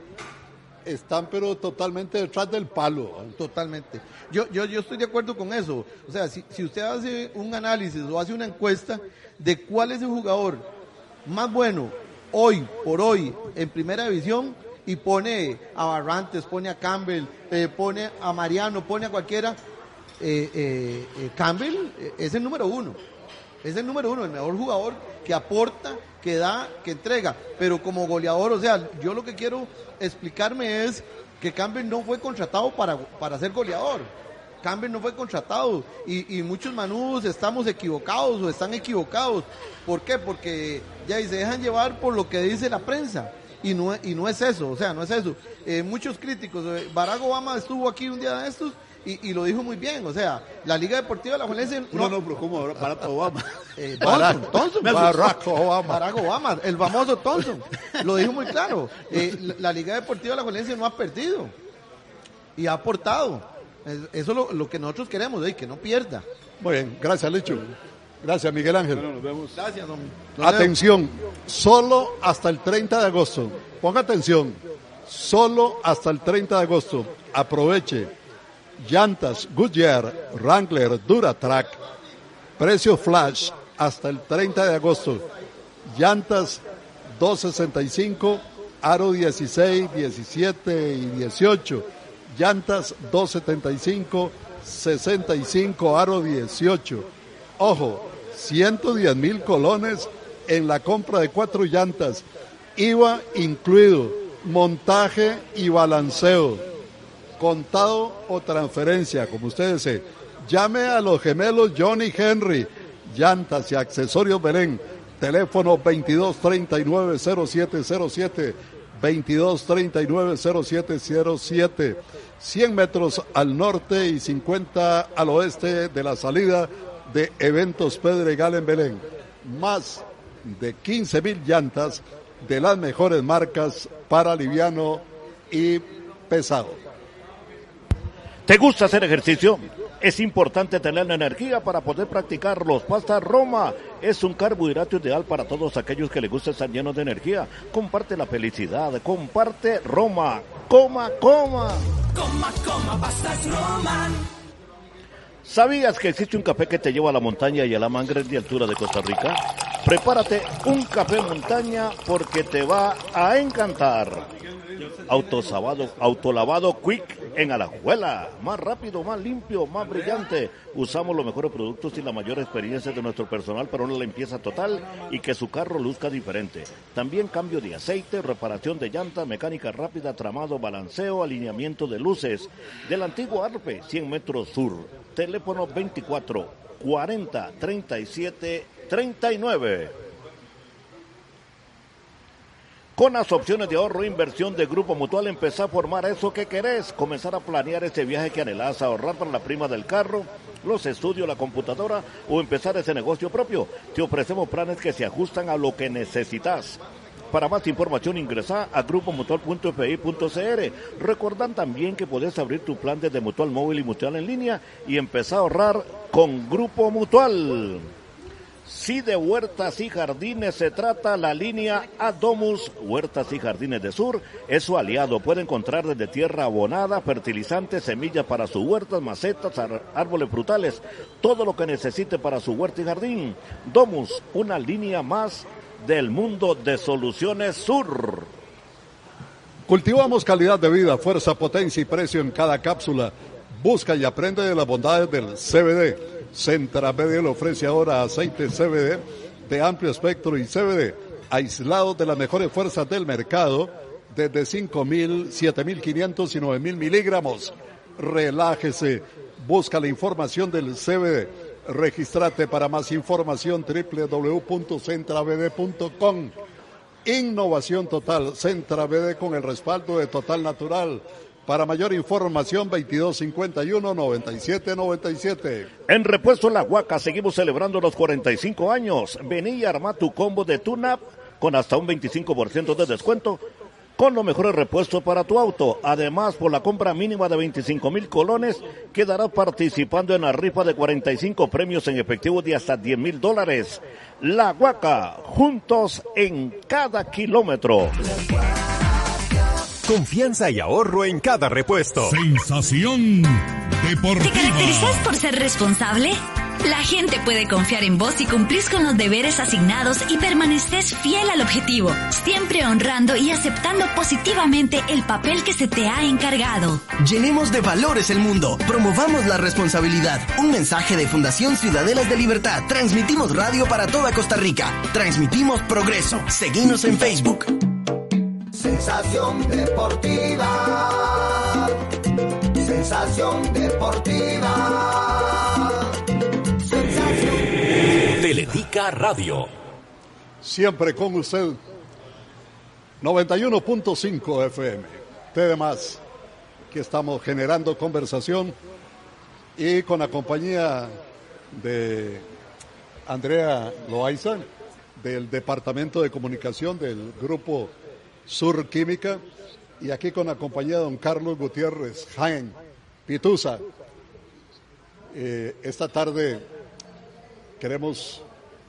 están pero totalmente detrás del palo. Totalmente. Yo, yo, yo estoy de acuerdo con eso. O sea, si, si usted hace un análisis o hace una encuesta de cuál es el jugador más bueno hoy por hoy en primera división y pone a Barrantes, pone a Campbell, eh, pone a Mariano, pone a cualquiera, eh, eh, eh, Campbell es el número uno. Es el número uno, el mejor jugador que aporta, que da, que entrega. Pero como goleador, o sea, yo lo que quiero explicarme es que Campbell no fue contratado para, para ser goleador. Campbell no fue contratado y, y muchos manudos estamos equivocados o están equivocados. ¿Por qué? Porque ya y se dejan llevar por lo que dice la prensa y no, y no es eso, o sea, no es eso. Eh, muchos críticos, eh, Barack Obama estuvo aquí un día de estos y, y lo dijo muy bien, o sea, la Liga Deportiva de Alajuelense... No, no, no, pero ¿cómo? Barack Obama. Eh, Thompson, Thompson, Barack Obama. Barack Obama, el famoso Thompson, lo dijo muy claro. Eh, la, la Liga Deportiva de Alajuelense no ha perdido y ha aportado. Eso es lo, lo que nosotros queremos, ¿eh? Que no pierda. Muy bien, gracias, Licho. Gracias, Miguel Ángel. Bueno, nos vemos. Gracias, don, don Atención, Leo. Solo hasta el treinta de agosto. Ponga atención, solo hasta el treinta de agosto. Aproveche. Llantas Goodyear, Wrangler, Duratrack. Precio flash hasta el treinta de agosto. Llantas doscientos sesenta y cinco, aro dieciséis, diecisiete y dieciocho. Llantas doscientos setenta y cinco, sesenta y cinco, aro dieciocho. Ojo, ciento diez mil colones en la compra de cuatro llantas. I V A incluido, montaje y balanceo. Contado o transferencia, como usted desee. Llame a los gemelos Johnny Henry. Llantas y accesorios Belén. Teléfono veintidós treinta y nueve, cero siete cero siete. veintidós treinta y nueve, cero siete cero siete. cien metros al norte y cincuenta al oeste de la salida de Eventos Pedregal en Belén. Más de quince mil llantas de las mejores marcas para liviano y pesado. ¿Te gusta hacer ejercicio? Es importante tener la energía para poder practicarlos. Pasta Roma es un carbohidrato ideal para todos aquellos que les gusta estar llenos de energía. Comparte la felicidad, comparte Roma. Coma, coma. Coma, coma, pastas Roma. ¿Sabías que existe un café que te lleva a la montaña y a la más grande altura de Costa Rica? Prepárate un café montaña porque te va a encantar. Autolavado, autolavado Quick en Alajuela. Más rápido, más limpio, más brillante. Usamos los mejores productos y la mayor experiencia de nuestro personal para una limpieza total y que su carro luzca diferente. También cambio de aceite, reparación de llantas, mecánica rápida, tramado, balanceo, alineamiento de luces. Del antiguo Arpe, cien metros sur. Teléfono veinticuatro cuarenta treinta y siete treinta y nueve. Con las opciones de ahorro e inversión de Grupo Mutual, empezá a formar eso que querés, comenzar a planear ese viaje que anhelás, ahorrar para la prima del carro, los estudios, la computadora o empezar ese negocio propio. Te ofrecemos planes que se ajustan a lo que necesitas. Para más información ingresa a grupo mutual punto f i punto c r. Recuerdan también que podés abrir tu plan desde Mutual Móvil y Mutual en línea y empezar a ahorrar con Grupo Mutual. Si de huertas y jardines se trata, la línea Adomus Huertas y Jardines de Sur es su aliado. Puede encontrar desde tierra abonada, fertilizantes, semillas para sus huertas, macetas, ar- árboles frutales, todo lo que necesite para su huerta y jardín. Domus, una línea más del mundo de Soluciones Sur. Cultivamos calidad de vida, fuerza, potencia y precio en cada cápsula. Busca y aprende de las bondades del C B D. Centra B D le ofrece ahora aceite C B D de amplio espectro y C B D aislado de las mejores fuerzas del mercado desde cinco mil, siete mil quinientos y nueve mil miligramos. Relájese, busca la información del C B D. Regístrate para más información doble u doble u doble u punto centra b d punto com. Innovación total, Centra B D con el respaldo de Total Natural. Para mayor información, veintidós cincuenta y uno, noventa y siete noventa y siete. En Repuesto La Huaca seguimos celebrando los cuarenta y cinco años. Vení y arma tu combo de tune-up con hasta un veinticinco por ciento de descuento con los mejores repuestos para tu auto. Además, por la compra mínima de veinticinco mil colones, quedarás participando en la rifa de cuarenta y cinco premios en efectivo de hasta diez mil dólares. La Huaca, juntos en cada kilómetro. Confianza y ahorro en cada repuesto. Sensación deportiva. ¿Te caracterizas por ser responsable? La gente puede confiar en vos si cumplís con los deberes asignados y permaneces fiel al objetivo, siempre honrando y aceptando positivamente el papel que se te ha encargado. Llenemos de valores el mundo, promovamos la responsabilidad. Un mensaje de Fundación Ciudadelas de Libertad. Transmitimos radio para toda Costa Rica. Transmitimos progreso. Seguinos en Facebook. Sensación deportiva. Sensación deportiva. Sensación. Teletica Radio. Siempre con usted. noventa y uno punto cinco F M. T más. Que estamos generando conversación y con la compañía de Andrea Loaiza del Departamento de Comunicación del Grupo Sur Química, y aquí con la compañía de don Carlos Gutiérrez Jaén Pitusa. Eh, esta tarde queremos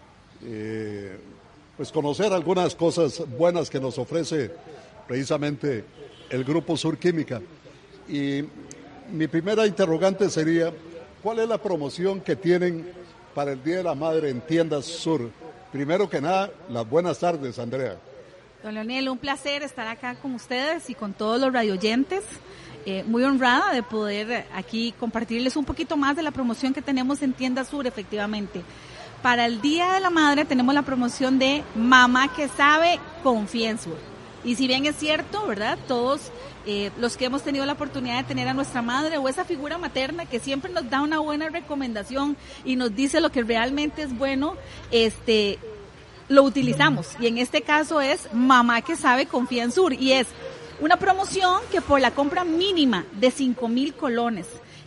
eh, pues conocer algunas cosas buenas que nos ofrece precisamente el Grupo Sur Química. Y mi primera interrogante sería, ¿cuál es la promoción que tienen para el Día de la Madre en Tiendas Sur? Primero que nada, las buenas tardes, Andrea. Don Leonel, un placer estar acá con ustedes y con todos los radioyentes. Eh, muy honrada de poder aquí compartirles un poquito más de la promoción que tenemos en Tienda Sur, efectivamente. Para el Día de la Madre tenemos la promoción de Mamá que sabe, confía en Sur. Y si bien es cierto, ¿verdad? Todos eh, los que hemos tenido la oportunidad de tener a nuestra madre o esa figura materna que siempre nos da una buena recomendación y nos dice lo que realmente es bueno, este... lo utilizamos, y en este caso es Mamá que sabe, confía en Sur, y es una promoción que por la compra mínima de cinco mil colones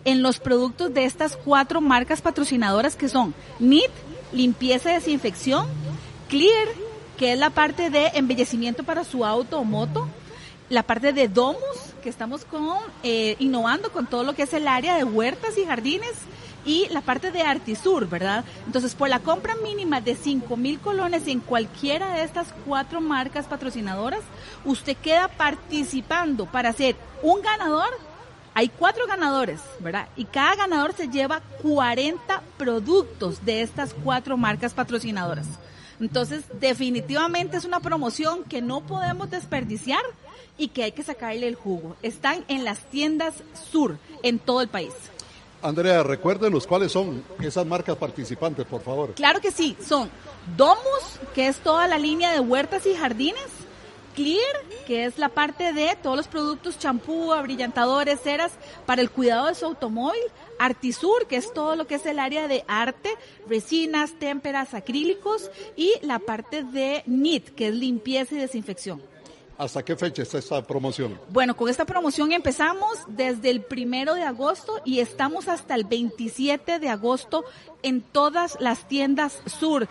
en los productos de estas cuatro marcas patrocinadoras que son N I T, limpieza y desinfección, Clear, que es la parte de embellecimiento para su auto o moto, la parte de Domus, que estamos con eh, innovando con todo lo que es el área de huertas y jardines, y la parte de Artisur, ¿verdad? Entonces, por la compra mínima de cinco mil colones en cualquiera de estas cuatro marcas patrocinadoras, usted queda participando para ser un ganador. Hay cuatro ganadores, ¿verdad? Y cada ganador se lleva cuarenta productos de estas cuatro marcas patrocinadoras. Entonces, definitivamente es una promoción que no podemos desperdiciar y que hay que sacarle el jugo. Están en las tiendas Sur, en todo el país. Andrea, recuérdenos cuáles son esas marcas participantes, por favor. Claro que sí, son Domus, que es toda la línea de huertas y jardines, Clear, que es la parte de todos los productos, champú, abrillantadores, ceras para el cuidado de su automóvil, Artisur, que es todo lo que es el área de arte, resinas, témperas, acrílicos, y la parte de N I T, que es limpieza y desinfección. ¿Hasta qué fecha está esta promoción? Bueno, con esta promoción empezamos desde el primero de agosto y estamos hasta el veintisiete de agosto en todas las tiendas Sur,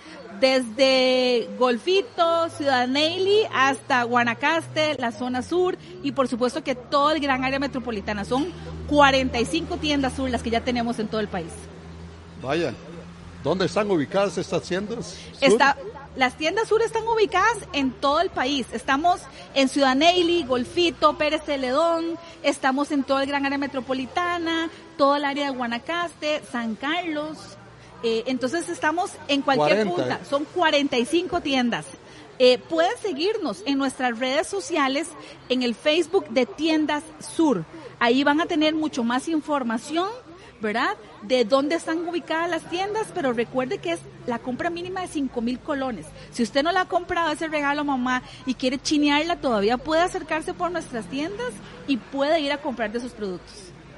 desde Golfito, Ciudad Neyli hasta Guanacaste, la zona sur, y por supuesto que todo el gran área metropolitana. Son cuarenta y cinco tiendas Sur las que ya tenemos en todo el país. Vaya, ¿dónde están ubicadas estas tiendas Sur? Está... Las tiendas Sur están ubicadas en todo el país. Estamos en Ciudad Neyli, Golfito, Pérez Celedón, estamos en todo el gran área metropolitana, todo el área de Guanacaste, San Carlos. Eh, entonces estamos en cualquier cuarenta, punta. ¿eh? Son cuarenta y cinco tiendas. Eh, pueden seguirnos en nuestras redes sociales, en el Facebook de Tiendas Sur. Ahí van a tener mucho más información, ¿verdad?, de dónde están ubicadas las tiendas, pero recuerde que es la compra mínima de cinco mil colones. Si usted no la ha comprado ese regalo, mamá, y quiere chinearla, todavía puede acercarse por nuestras tiendas y puede ir a comprar de sus productos.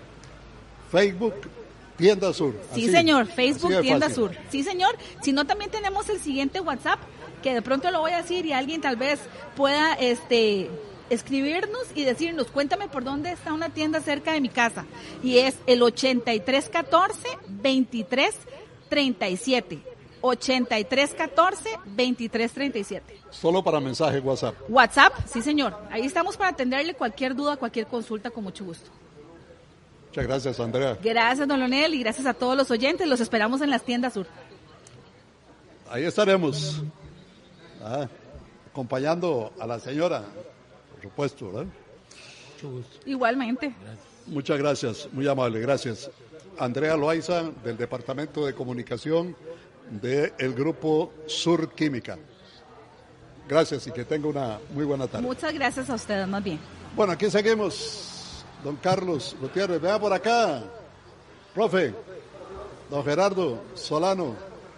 Facebook Tienda Sur. Sí, así, señor, Facebook Tienda fácil. Sur. Sí, señor. Si no, también tenemos el siguiente WhatsApp, que de pronto lo voy a decir y alguien tal vez pueda este escribirnos y decirnos, cuéntame por dónde está una tienda cerca de mi casa. Y es el ochenta y tres catorce veintitrés treinta y siete. ochenta y tres catorce veintitrés treinta y siete. Solo para mensaje WhatsApp. WhatsApp, sí, señor. Ahí estamos para atenderle cualquier duda, cualquier consulta, con mucho gusto. Muchas gracias, Andrea. Gracias, don Leonel, y gracias a todos los oyentes. Los esperamos en las tiendas Sur. Ahí estaremos, ah, acompañando a la señora, por supuesto, ¿verdad? Mucho gusto. Igualmente. Gracias. Muchas gracias, muy amable, gracias. Andrea Loaiza, del Departamento de Comunicación del Grupo Sur Química. Gracias y que tenga una muy buena tarde. Muchas gracias a ustedes, más bien. Bueno, aquí seguimos, don Carlos Gutiérrez. Vea por acá, profe, don Gerardo Solano.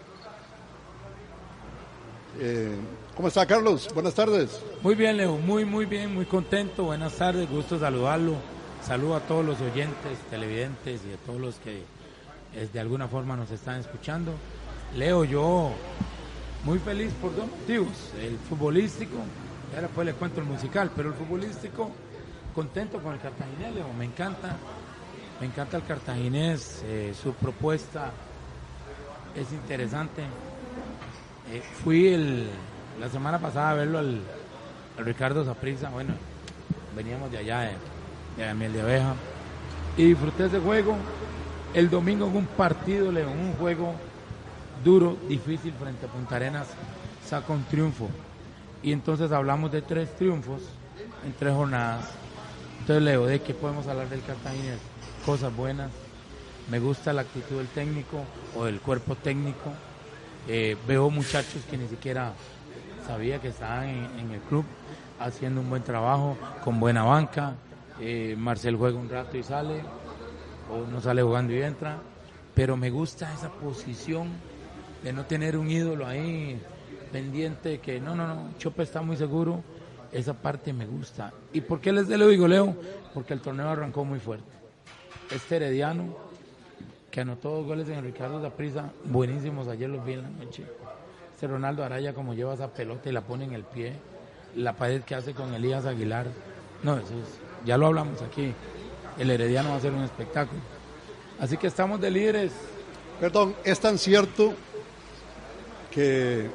Eh, ¿Cómo está, Carlos? Buenas tardes. Muy bien, Leo, muy, muy bien, muy contento. Buenas tardes, gusto saludarlo. Saludo a todos los oyentes, televidentes y a todos los que eh, de alguna forma nos están escuchando. Leo, yo muy feliz por dos motivos. El futbolístico, y ahora pues le cuento el musical, pero el futbolístico, contento con el cartaginés, Leo, me encanta. Me encanta el cartaginés, eh, su propuesta es interesante. Eh, fui el, la semana pasada a verlo al, al Ricardo Saprissa, bueno, veníamos de allá, de, de Miel de Abeja, y disfruté ese juego. El domingo en un partido, Leo, un juego duro, difícil frente a Punta Arenas, saca un triunfo. Y entonces hablamos de tres triunfos en tres jornadas. Entonces, Leo, ¿de qué podemos hablar del Cartaginés? Cosas buenas. Me gusta la actitud del técnico o del cuerpo técnico. Eh, veo muchachos que ni siquiera sabía que estaban en, en el club haciendo un buen trabajo, con buena banca. Eh, Marcel juega un rato y sale, o no sale jugando y entra. Pero me gusta esa posición de no tener un ídolo ahí pendiente, que no, no, no, Chope está muy seguro. Esa parte me gusta. ¿Y por qué les lo digo, Leo? Porque el torneo arrancó muy fuerte. Este Herediano, que anotó dos goles en el Ricardo Saprissa, buenísimos, ayer los vi en la noche. Este Ronaldo Araya, como lleva esa pelota y la pone en el pie, la pared que hace con Elías Aguilar, no, eso es, ya lo hablamos aquí, el Herediano va a ser un espectáculo. Así que estamos de líderes. Perdón, es tan cierto que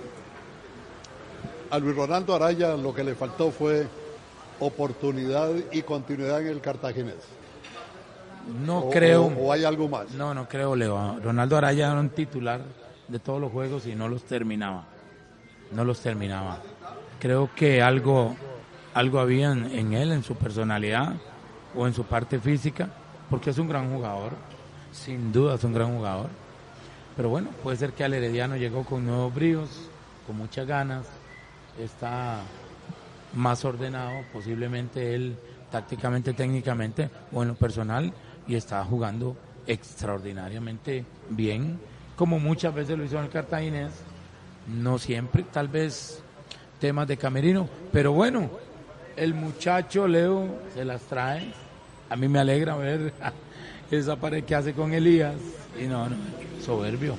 a Luis Ronaldo Araya lo que le faltó fue oportunidad y continuidad en el cartaginés. No o, creo. O, o hay algo más. No, no creo, Leo. Ronaldo Araya era un titular de todos los juegos y no los terminaba. No los terminaba. Creo que algo, algo había en, en él, en su personalidad o en su parte física, porque es un gran jugador. Sin duda es un gran jugador. Pero bueno, puede ser que al Herediano llegó con nuevos bríos, con muchas ganas. Está más ordenado, posiblemente él tácticamente, técnicamente o en lo personal, y está jugando extraordinariamente bien, como muchas veces lo hizo en el Cartaginés, no siempre, tal vez temas de camerino, pero bueno, el muchacho Leo se las trae, a mí me alegra ver esa pared que hace con Elías, y no, no, soberbio.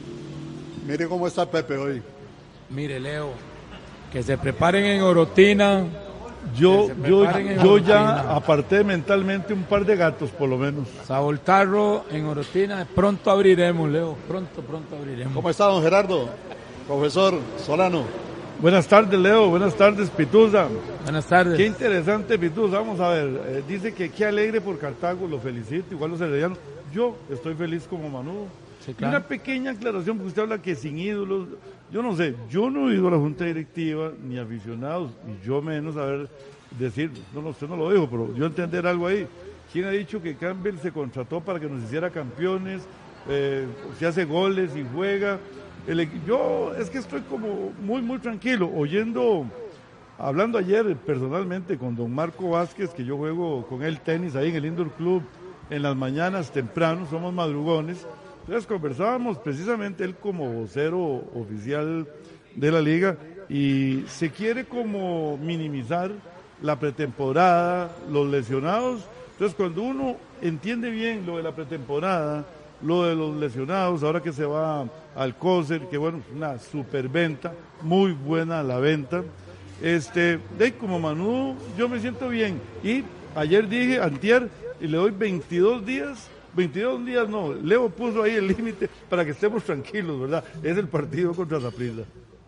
Mire cómo está Pepe hoy. Mire, Leo, que se preparen en Orotina. Yo, yo, yo ya aparté mentalmente un par de gatos, por lo menos. Saboltarro en Orotina, pronto abriremos, Leo, pronto, pronto abriremos. ¿Cómo está, don Gerardo? Profesor Solano. Buenas tardes, Leo, buenas tardes, Pituza. Buenas tardes. Qué interesante, Pituza, vamos a ver, eh, dice que qué alegre por Cartago, lo felicito, igual los heredianos. Yo estoy feliz como Manu. Sí, claro. Y una pequeña aclaración, porque usted habla que sin ídolos, yo no sé, yo no he ido a la junta directiva, ni aficionados, y yo menos saber decir, no, no, usted no lo dijo, pero yo entender algo ahí. ¿Quién ha dicho que Campbell se contrató para que nos hiciera campeones, eh, se hace goles y juega? El, yo es que estoy como muy, muy tranquilo, oyendo, hablando ayer personalmente con don Marco Vázquez, que yo juego con él tenis ahí en el Indoor Club, en las mañanas temprano, somos madrugones. Entonces conversábamos precisamente él como vocero oficial de la liga y se quiere como minimizar la pretemporada, los lesionados. Entonces cuando uno entiende bien lo de la pretemporada, lo de los lesionados, ahora que se va al Cócer, que bueno, una superventa, muy buena la venta. Este, de como Manu, yo me siento bien. Y ayer dije, antier, y le doy veintidós días. veintidós días no, Leo puso ahí el límite para que estemos tranquilos, ¿verdad? Es el partido contra Saprissa.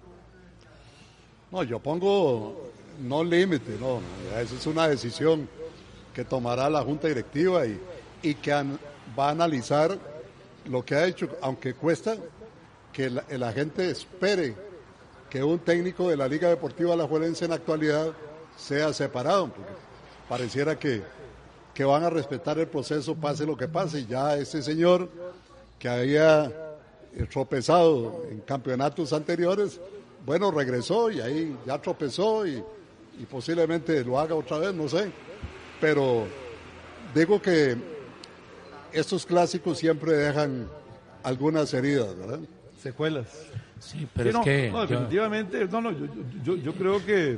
No, yo pongo no límite, no, esa es una decisión que tomará la Junta Directiva y, y que an, va a analizar lo que ha hecho, aunque cuesta que la, la gente espere que un técnico de la Liga Deportiva Alajuelense en la actualidad sea separado, porque pareciera que que van a respetar el proceso pase lo que pase. Ya ese señor que había tropezado en campeonatos anteriores, bueno, regresó y ahí ya tropezó y, y posiblemente lo haga otra vez, no sé, pero digo que estos clásicos siempre dejan algunas heridas, ¿verdad? Secuelas. Sí, pero sí, es no, que... No, definitivamente, no, no, yo, yo, yo creo que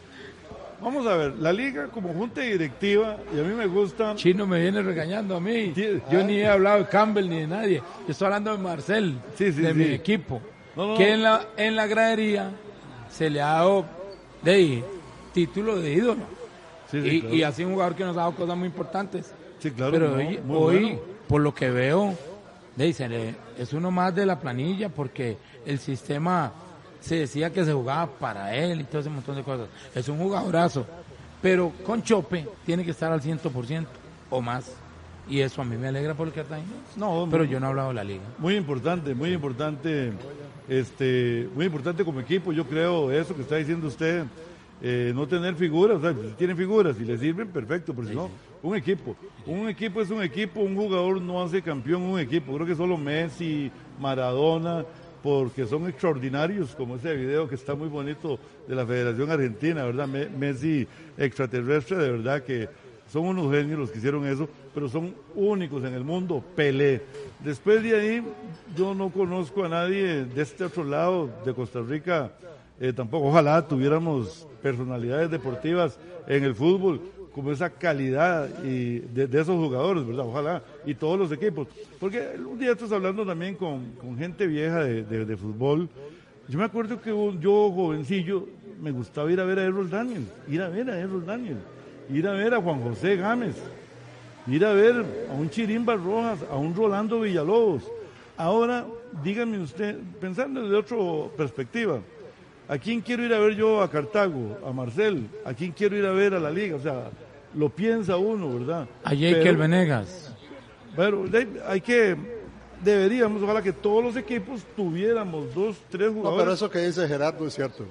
vamos a ver, la liga como junta directiva, y a mí me gusta... Chino me viene regañando a mí. Yo ni he hablado de Campbell ni de nadie. Yo estoy hablando de Marcel, sí, sí, de sí. mi equipo. No, no, que no. en la en la gradería se le ha dado de ahí, título de ídolo. Sí, sí, y, claro. y así un jugador que nos ha dado cosas muy importantes. Sí, claro. Pero no, hoy, muy hoy bueno. por lo que veo, de ahí se le- es uno más de la planilla porque el sistema se decía que se jugaba para él y todo ese montón de cosas. Es un jugadorazo. Pero con Chope tiene que estar al cien por ciento o más. Y eso a mí me alegra por el Cartagena. No, pero muy- yo no he hablado de la liga. Muy importante, muy importante, este, muy importante como equipo, yo creo eso que está diciendo usted, eh, no tener figuras, o sea, si tienen figuras, si les sirven, perfecto, pero si no, un equipo, un equipo es un equipo, un jugador no hace campeón un equipo, creo que solo Messi, Maradona, porque son extraordinarios, como ese video que está muy bonito de la Federación Argentina, ¿verdad? Me- Messi extraterrestre, de verdad que son unos genios los que hicieron eso, pero son únicos en el mundo. Pelé. Después de ahí, yo no conozco a nadie de este otro lado de Costa Rica, eh, tampoco. Ojalá tuviéramos personalidades deportivas en el fútbol, como esa calidad y de, de esos jugadores, ¿verdad? Ojalá, y todos los equipos. Porque un día estás hablando también con, con gente vieja de, de, de fútbol. Yo me acuerdo que un- yo, jovencillo, me gustaba ir a ver a Errol Daniel, ir a ver a Errol Daniel, ir a ver a Juan José Gámez. Ir a ver a un Chirimba Rojas, a un Rolando Villalobos. Ahora, dígame usted, pensando desde otra perspectiva, ¿a quién quiero ir a ver yo a Cartago, a Marcel? ¿A quién quiero ir a ver a la Liga? O sea, lo piensa uno, ¿verdad? A Jekyll Venegas. Pero hay que, deberíamos, ojalá que todos los equipos tuviéramos dos, tres jugadores. No, pero eso que dice Gerardo es cierto.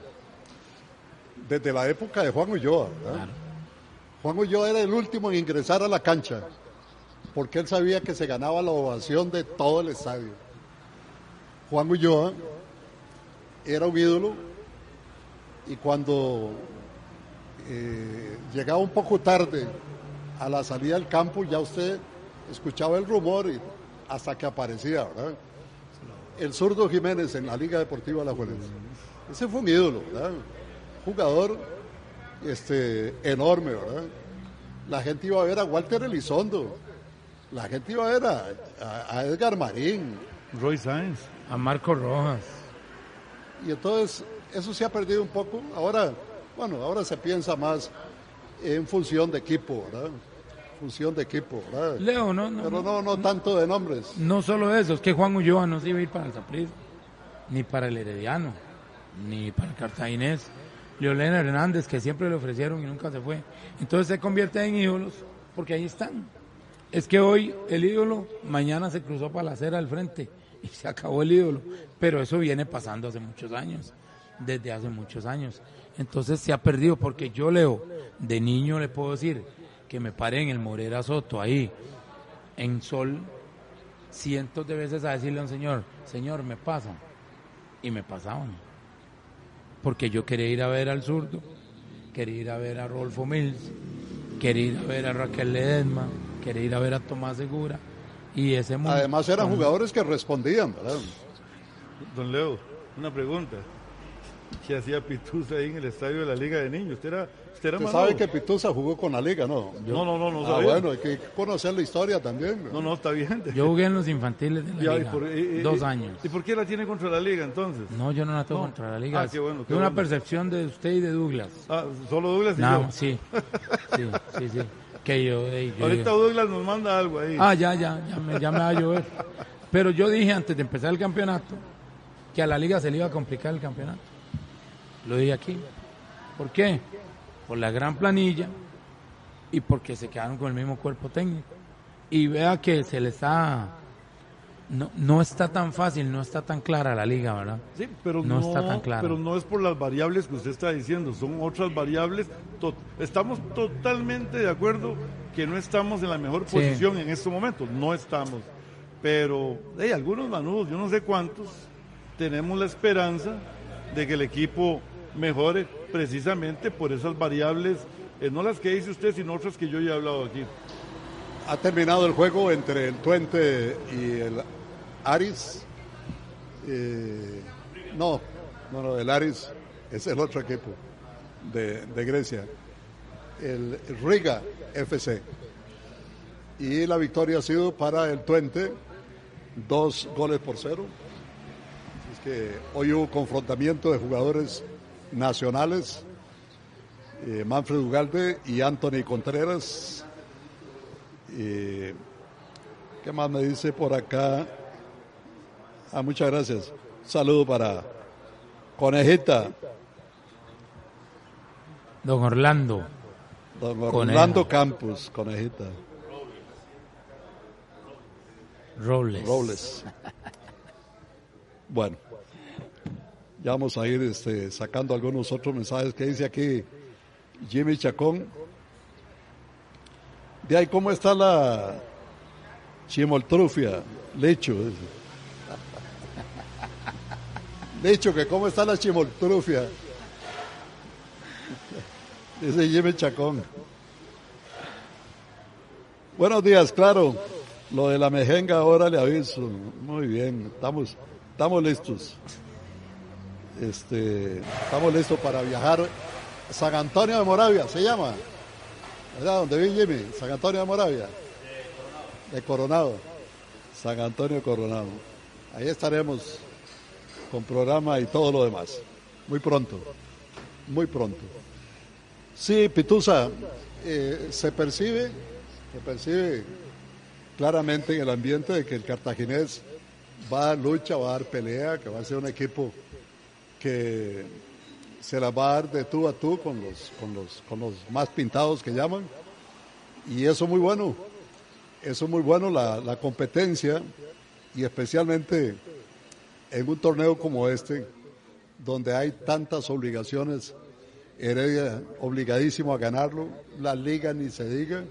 Desde la época de Juan Ulloa, ¿verdad? Claro. Juan Ulloa era el último en ingresar a la cancha, porque él sabía que se ganaba la ovación de todo el estadio. Juan Ulloa era un ídolo, y cuando eh, llegaba un poco tarde a la salida del campo, ya usted escuchaba el rumor y hasta que aparecía, ¿verdad? El zurdo Jiménez en la Liga Deportiva Alajuelense. Ese fue un ídolo, ¿verdad? Jugador este, enorme, ¿verdad? La gente iba a ver a Walter Elizondo, la gente iba a ver a, a, a Edgar Marín, Roy Sáenz, a Marco Rojas. Y entonces eso se ha perdido un poco. Ahora, bueno, ahora se piensa más en función de equipo, ¿verdad? Función de equipo, ¿verdad? Leo, no, no. Pero no, no, no tanto de nombres. No solo eso, es que Juan Ulloa no se iba a ir para el Saprissa, ni para el Herediano, ni para el Cartaginés. Leolén Hernández, que siempre le ofrecieron y nunca se fue. Entonces se convierte en ídolos, porque ahí están. Es que hoy el ídolo, mañana se cruzó para la acera del frente y se acabó el ídolo. Pero eso viene pasando hace muchos años, desde hace muchos años. Entonces se ha perdido, porque yo, Leo, de niño le puedo decir que me paré en el Morera Soto, ahí, en sol, cientos de veces a decirle a un señor, señor, me pasa. Y me pasaban. Porque yo quería ir a ver al zurdo, quería ir a ver a Rodolfo Mills, quería ir a ver a Raquel Ledesma, quería ir a ver a Tomás Segura, y ese mundo. Además eran con... jugadores que respondían, ¿verdad? Don Leo, una pregunta. ¿Qué hacía Pituza ahí en el estadio de la Liga de Niños? ¿Usted era, usted era ¿Usted sabe que Pituza jugó con la Liga, no? Yo... No, no, no, no ah, sabía. bueno, hay que conocer la historia también. No, no, está bien. Yo jugué en los infantiles de la ya, Liga, y por, y, dos y, años. ¿Y por qué la tiene contra la Liga, entonces? No, yo no la tengo no. contra la Liga. Ah, qué bueno. Qué es una bueno. percepción de usted y de Douglas. Ah, ¿solo Douglas y no, yo? Sí, sí, sí, sí. Que yo, hey, yo Ahorita yo... Douglas nos manda algo ahí. Ah, ya, ya, ya me, ya me va a llover. Pero yo dije antes de empezar el campeonato que a la Liga se le iba a complicar el campeonato. Lo dije aquí. ¿Por qué? Por la gran planilla y porque se quedaron con el mismo cuerpo técnico. Y vea que se le está... No, no está tan fácil, no está tan clara la Liga, ¿verdad? Sí, pero no, no está tan clara. Pero no es por las variables que usted está diciendo, son otras variables. To- estamos totalmente de acuerdo que no estamos en la mejor Sí. posición en estos momentos, no estamos. Pero hay algunos manudos, yo no sé cuántos, tenemos la esperanza de que el equipo mejore precisamente por esas variables, eh, no las que dice usted, sino otras que yo ya he hablado aquí. Ha terminado el juego entre el Twente y el Aris. Eh, no, no, no, el Aris es el otro equipo de, de Grecia. El Riga F C. Y la victoria ha sido para el Twente, dos goles por cero. Es que hoy hubo confrontamiento de jugadores nacionales, eh, Manfred Ugalde y Anthony Contreras. Eh, ¿Qué más me dice por acá? Ah, muchas gracias. Un saludo para Conejita. Don Orlando. Don Orlando Campos, Conejita. Robles. Robles. Bueno, ya vamos a ir este, sacando algunos otros mensajes que dice aquí Jimmy Chacón. De ahí, ¿cómo está la chimoltrufia? Lecho. Lecho, que cómo está la chimoltrufia. Dice Jimmy Chacón. Buenos días, claro. Lo de la mejenga ahora le aviso. Muy bien, estamos, estamos listos. Este, estamos listos para viajar a San Antonio de Moravia, se llama. ¿Verdad? ¿Dónde vive Jimmy? San Antonio de Moravia. De Coronado. San Antonio Coronado. Ahí estaremos con programa y todo lo demás. Muy pronto. Muy pronto. Sí, Pituza, eh, se percibe Se percibe claramente en el ambiente de que el cartaginés va a dar lucha, va a dar pelea, que va a ser un equipo que se la va a dar de tú a tú con los, con los, con los más pintados que llaman, y eso muy bueno, eso muy bueno, la, la competencia, y especialmente en un torneo como este, donde hay tantas obligaciones. Heredia obligadísimo a ganarlo, la liga ni se diga.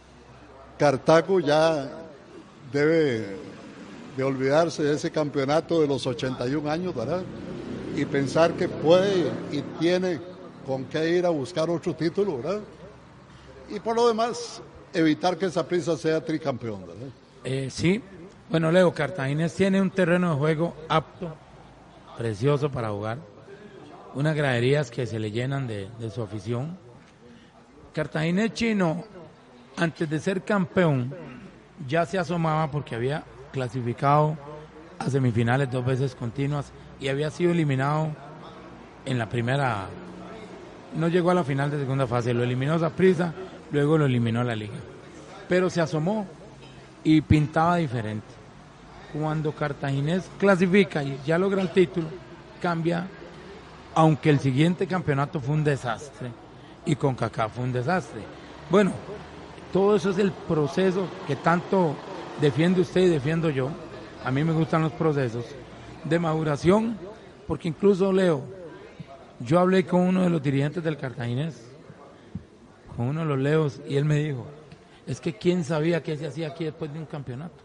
Cartago ya debe de olvidarse de ese campeonato de los ochenta y un años, ¿verdad? Y pensar que puede y tiene con qué ir a buscar otro título, ¿verdad? Y por lo demás, evitar que Saprissa sea tricampeón, ¿verdad? Eh, sí, bueno, Leo, Cartaginés tiene un terreno de juego apto, precioso para jugar, unas graderías que se le llenan de, de su afición. Cartaginés Chino, antes de ser campeón, ya se asomaba porque había clasificado a semifinales dos veces continuas y había sido eliminado en la primera, no llegó a la final de segunda fase, lo eliminó Saprissa, luego lo eliminó la liga, pero se asomó y pintaba diferente. Cuando Cartaginés clasifica y ya logra el título, cambia, aunque el siguiente campeonato fue un desastre y CONCACAF fue un desastre. Bueno, todo eso es el proceso que tanto defiende usted y defiendo yo. A mí me gustan los procesos de maduración, porque incluso, Leo, yo hablé con uno de los dirigentes del Cartaginés, con uno de los Leos, y él me dijo, es que quién sabía qué se hacía aquí después de un campeonato.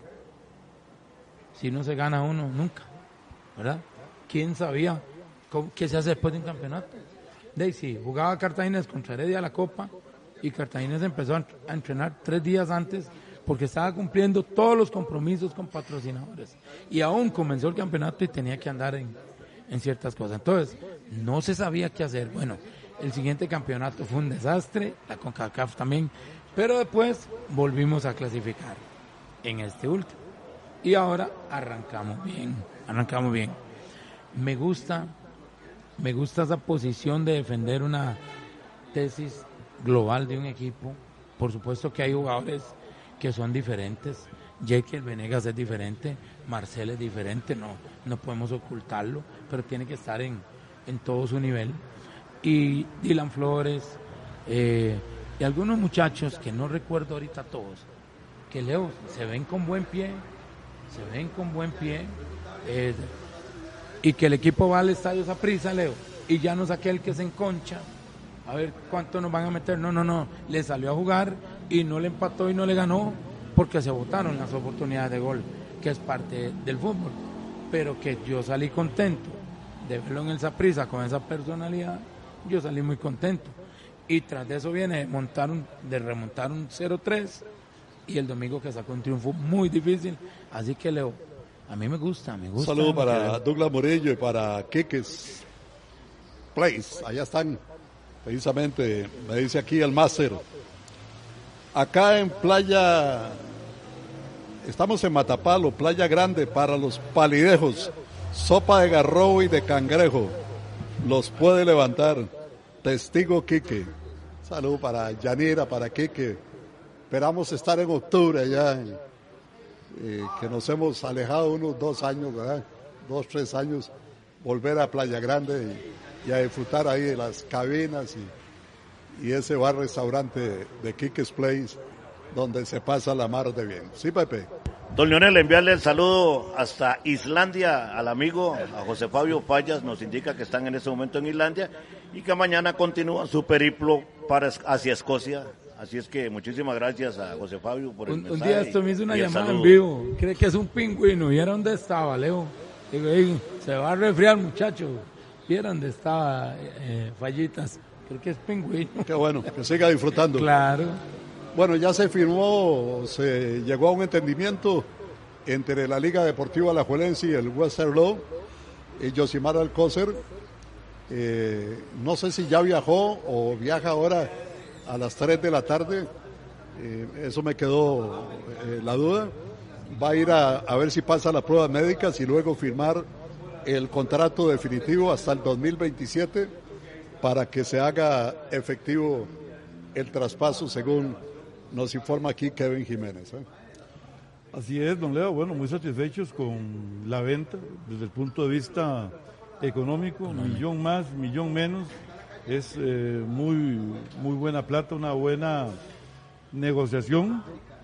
Si no se gana uno, nunca, ¿verdad? ¿Quién sabía cómo, qué se hace después de un campeonato? De ahí sí, jugaba Cartaginés contra Heredia la Copa, y Cartaginés empezó a entrenar tres días antes porque estaba cumpliendo todos los compromisos con patrocinadores. Y aún comenzó el campeonato y tenía que andar en, en ciertas cosas. Entonces, no se sabía qué hacer. Bueno, el siguiente campeonato fue un desastre, la CONCACAF también, pero después volvimos a clasificar en este último. Y ahora arrancamos bien, arrancamos bien. Me gusta, me gusta esa posición de defender una tesis global de un equipo. Por supuesto que hay jugadores que son diferentes. Jekyll Venegas es diferente, Marcel es diferente, no, no podemos ocultarlo, pero tiene que estar en, en todo su nivel. Y Dylan Flores, eh, y algunos muchachos que no recuerdo ahorita todos, que Leo, se ven con buen pie, se ven con buen pie, eh, y que el equipo va al estadio Saprissa, Leo, y ya no es aquel que se enconcha, a ver cuánto nos van a meter, no, no, no, le salió a jugar y no le empató y no le ganó, porque se botaron las oportunidades de gol, que es parte del fútbol, pero que yo salí contento de verlo en el Saprissa con esa personalidad, yo salí muy contento, y tras de eso viene de, montar un, de remontar un cero tres, y el domingo que sacó un triunfo muy difícil, así que Leo, a mí me gusta, me gusta. Un saludo para Douglas Murillo y para Quiques Place, allá están, precisamente, me dice aquí el máster. Acá en Playa, estamos en Matapalo, Playa Grande para los palidejos, sopa de garrobo y de cangrejo, los puede levantar, testigo Quique. Saludo para Yanira, para Quique. Esperamos estar en octubre ya, eh, que nos hemos alejado unos dos años, ¿verdad? Dos, tres años, volver a Playa Grande y, y a disfrutar ahí de las cabinas y, y ese bar-restaurante de, de Quiques Place, donde se pasa la mar de bien. ¿Sí, Pepe? Don Leonel, enviarle el saludo hasta Islandia al amigo, a José Fabio Fallas, nos indica que están en este momento en Islandia y que mañana continúan su periplo para, hacia Escocia. Así es que muchísimas gracias a José Fabio por el un, mensaje. Un día esto me hizo una llamada saludo. en vivo, cree que es un pingüino, ¿y era dónde estaba, Leo? Digo, hey, se va a resfriar, muchacho. ¿Vieron dónde estaba eh, Fallitas? Creo que es pingüino. Qué bueno, que siga disfrutando. Claro. Bueno, ya se firmó, se llegó a un entendimiento entre la Liga Deportiva Alajuelense y el Westerlo, y Yosimar Alcócer. Eh, no sé si ya viajó o viaja ahora a las tres de la tarde, eh, eso me quedó eh, la duda. Va a ir a, a ver si pasa las pruebas médicas y luego firmar el contrato definitivo hasta el dos mil veintisiete para que se haga efectivo el traspaso según nos informa aquí Kevin Jiménez. ¿eh? Así es, don Leo, bueno, muy satisfechos con la venta desde el punto de vista económico, Económico. millón más, millón menos, es eh, muy, muy buena plata, una buena negociación,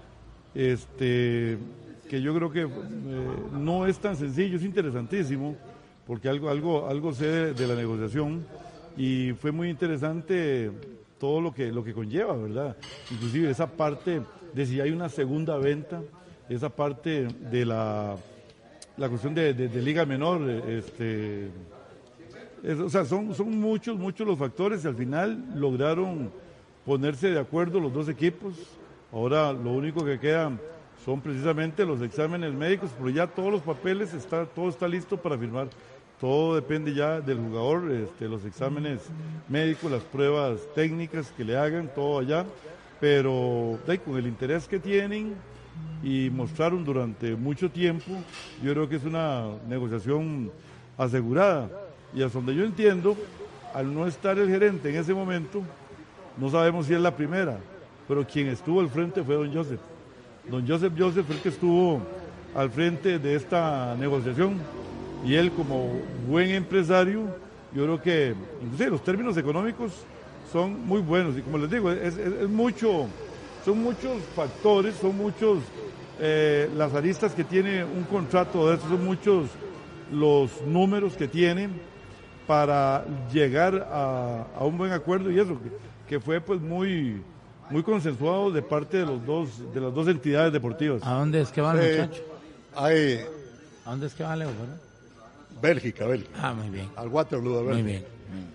este, que yo creo que eh, no es tan sencillo, es interesantísimo, porque algo, algo, algo sé de, de la negociación y fue muy interesante todo lo que, lo que conlleva, ¿verdad? Inclusive esa parte de si hay una segunda venta, esa parte de la, la cuestión de, de, de liga menor, este, es, o sea, son, son muchos, muchos los factores y al final lograron ponerse de acuerdo los dos equipos. Ahora lo único que queda son precisamente los exámenes médicos, pero ya todos los papeles, está, todo está listo para firmar. Todo depende ya del jugador, este, los exámenes médicos, las pruebas técnicas que le hagan, todo allá, pero de, con el interés que tienen y mostraron durante mucho tiempo, yo creo que es una negociación asegurada. Y hasta donde yo entiendo, al no estar el gerente en ese momento, no sabemos si es la primera, pero quien estuvo al frente fue don Joseph. Don Joseph Joseph fue el que estuvo al frente de esta negociación y él como buen empresario, yo creo que inclusive los términos económicos son muy buenos y como les digo, es, es, es mucho... Son muchos factores, son muchos eh, las aristas que tiene un contrato de estos, son muchos los números que tienen para llegar a, a un buen acuerdo y eso, que, que fue pues muy muy consensuado de parte de los dos de las dos entidades deportivas. ¿A dónde es que van, eh, muchachos? Hay... ¿A dónde es que va, Leo? ¿verdad? Bélgica, Bélgica. Ah, muy bien. Al Waterloo de Bélgica. Muy bien.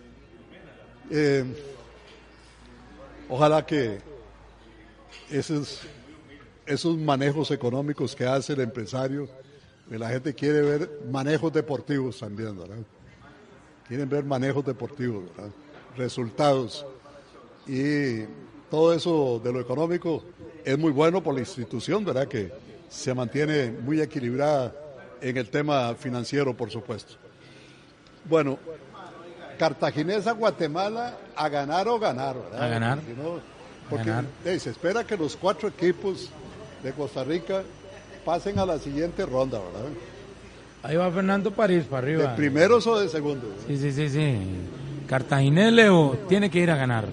Eh, ojalá que esos, esos manejos económicos que hace el empresario, que la gente quiere ver manejos deportivos también, ¿verdad? Quieren ver manejos deportivos, ¿verdad? Resultados. Y todo eso de lo económico es muy bueno por la institución, ¿verdad? Que se mantiene muy equilibrada en el tema financiero, por supuesto. Bueno, Cartaginés a Guatemala a ganar o ganar, ¿verdad? A ganar. Porque, no, porque ganar. Eh, se espera que los cuatro equipos de Costa Rica pasen a la siguiente ronda, ¿verdad? Ahí va Fernando París para arriba. ¿De primeros o de segundos? Sí, sí, sí, sí. Cartaginés, Leo, tiene que ir a ganar.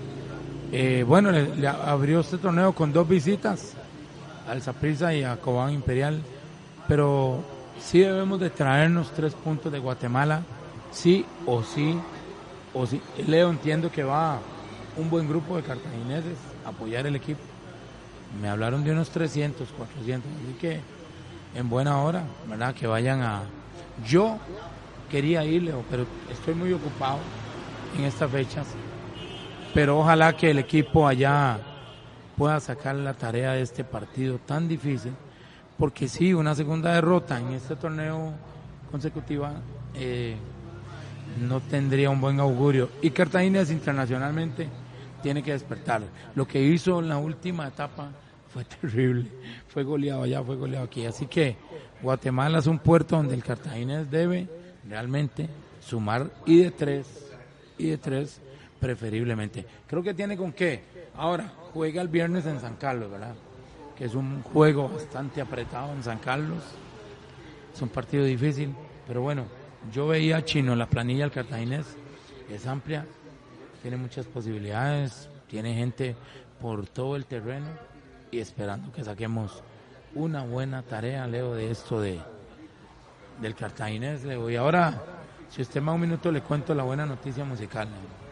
Eh, bueno, le, le abrió este torneo con dos visitas, al Saprissa y a Cobán Imperial, pero sí debemos de traernos tres puntos de Guatemala, sí o sí, o sí. Leo, entiendo que va un buen grupo de cartagineses a apoyar el equipo. Me hablaron de unos trescientos, cuatrocientos, así que en buena hora, ¿verdad? Que vayan a... Yo quería ir, Leo, pero estoy muy ocupado en estas fechas, pero ojalá que el equipo allá pueda sacar la tarea de este partido tan difícil, porque sí, una segunda derrota en este torneo consecutiva eh, no tendría un buen augurio, y Cartaginés internacionalmente tiene que despertar. Lo que hizo en la última etapa fue terrible, fue goleado allá, fue goleado aquí, así que Guatemala es un puerto donde el Cartaginés debe realmente sumar y de tres, y de tres preferiblemente. Creo que tiene con qué. Ahora, juega el viernes en San Carlos, ¿verdad? Que es un juego bastante apretado en San Carlos, es un partido difícil, pero bueno, yo veía Chino, la planilla del Cartaginés es amplia, tiene muchas posibilidades, tiene gente por todo el terreno y esperando que saquemos una buena tarea, Leo, de esto de del Cartaginés, Leo. Y ahora, si usted me da un minuto, le cuento la buena noticia musical, Leo.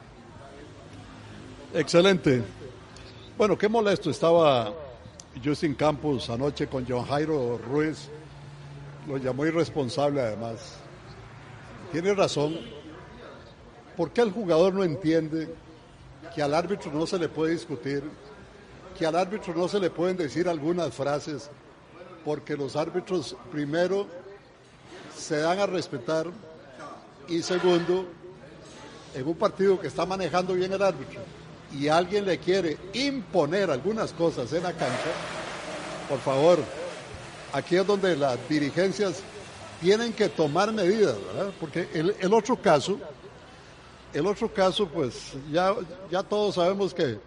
Excelente. Bueno, qué molesto estaba Justin Campos anoche con John Jairo Ruiz, lo llamó irresponsable además. Tiene razón. ¿Por qué el jugador no entiende que al árbitro no se le puede discutir, que al árbitro no se le pueden decir algunas frases, porque los árbitros, primero, se dan a respetar, y segundo, en un partido que está manejando bien el árbitro y alguien le quiere imponer algunas cosas en la cancha, por favor, aquí es donde las dirigencias tienen que tomar medidas, ¿verdad? Porque el, el otro caso, el otro caso, pues ya, ya todos sabemos que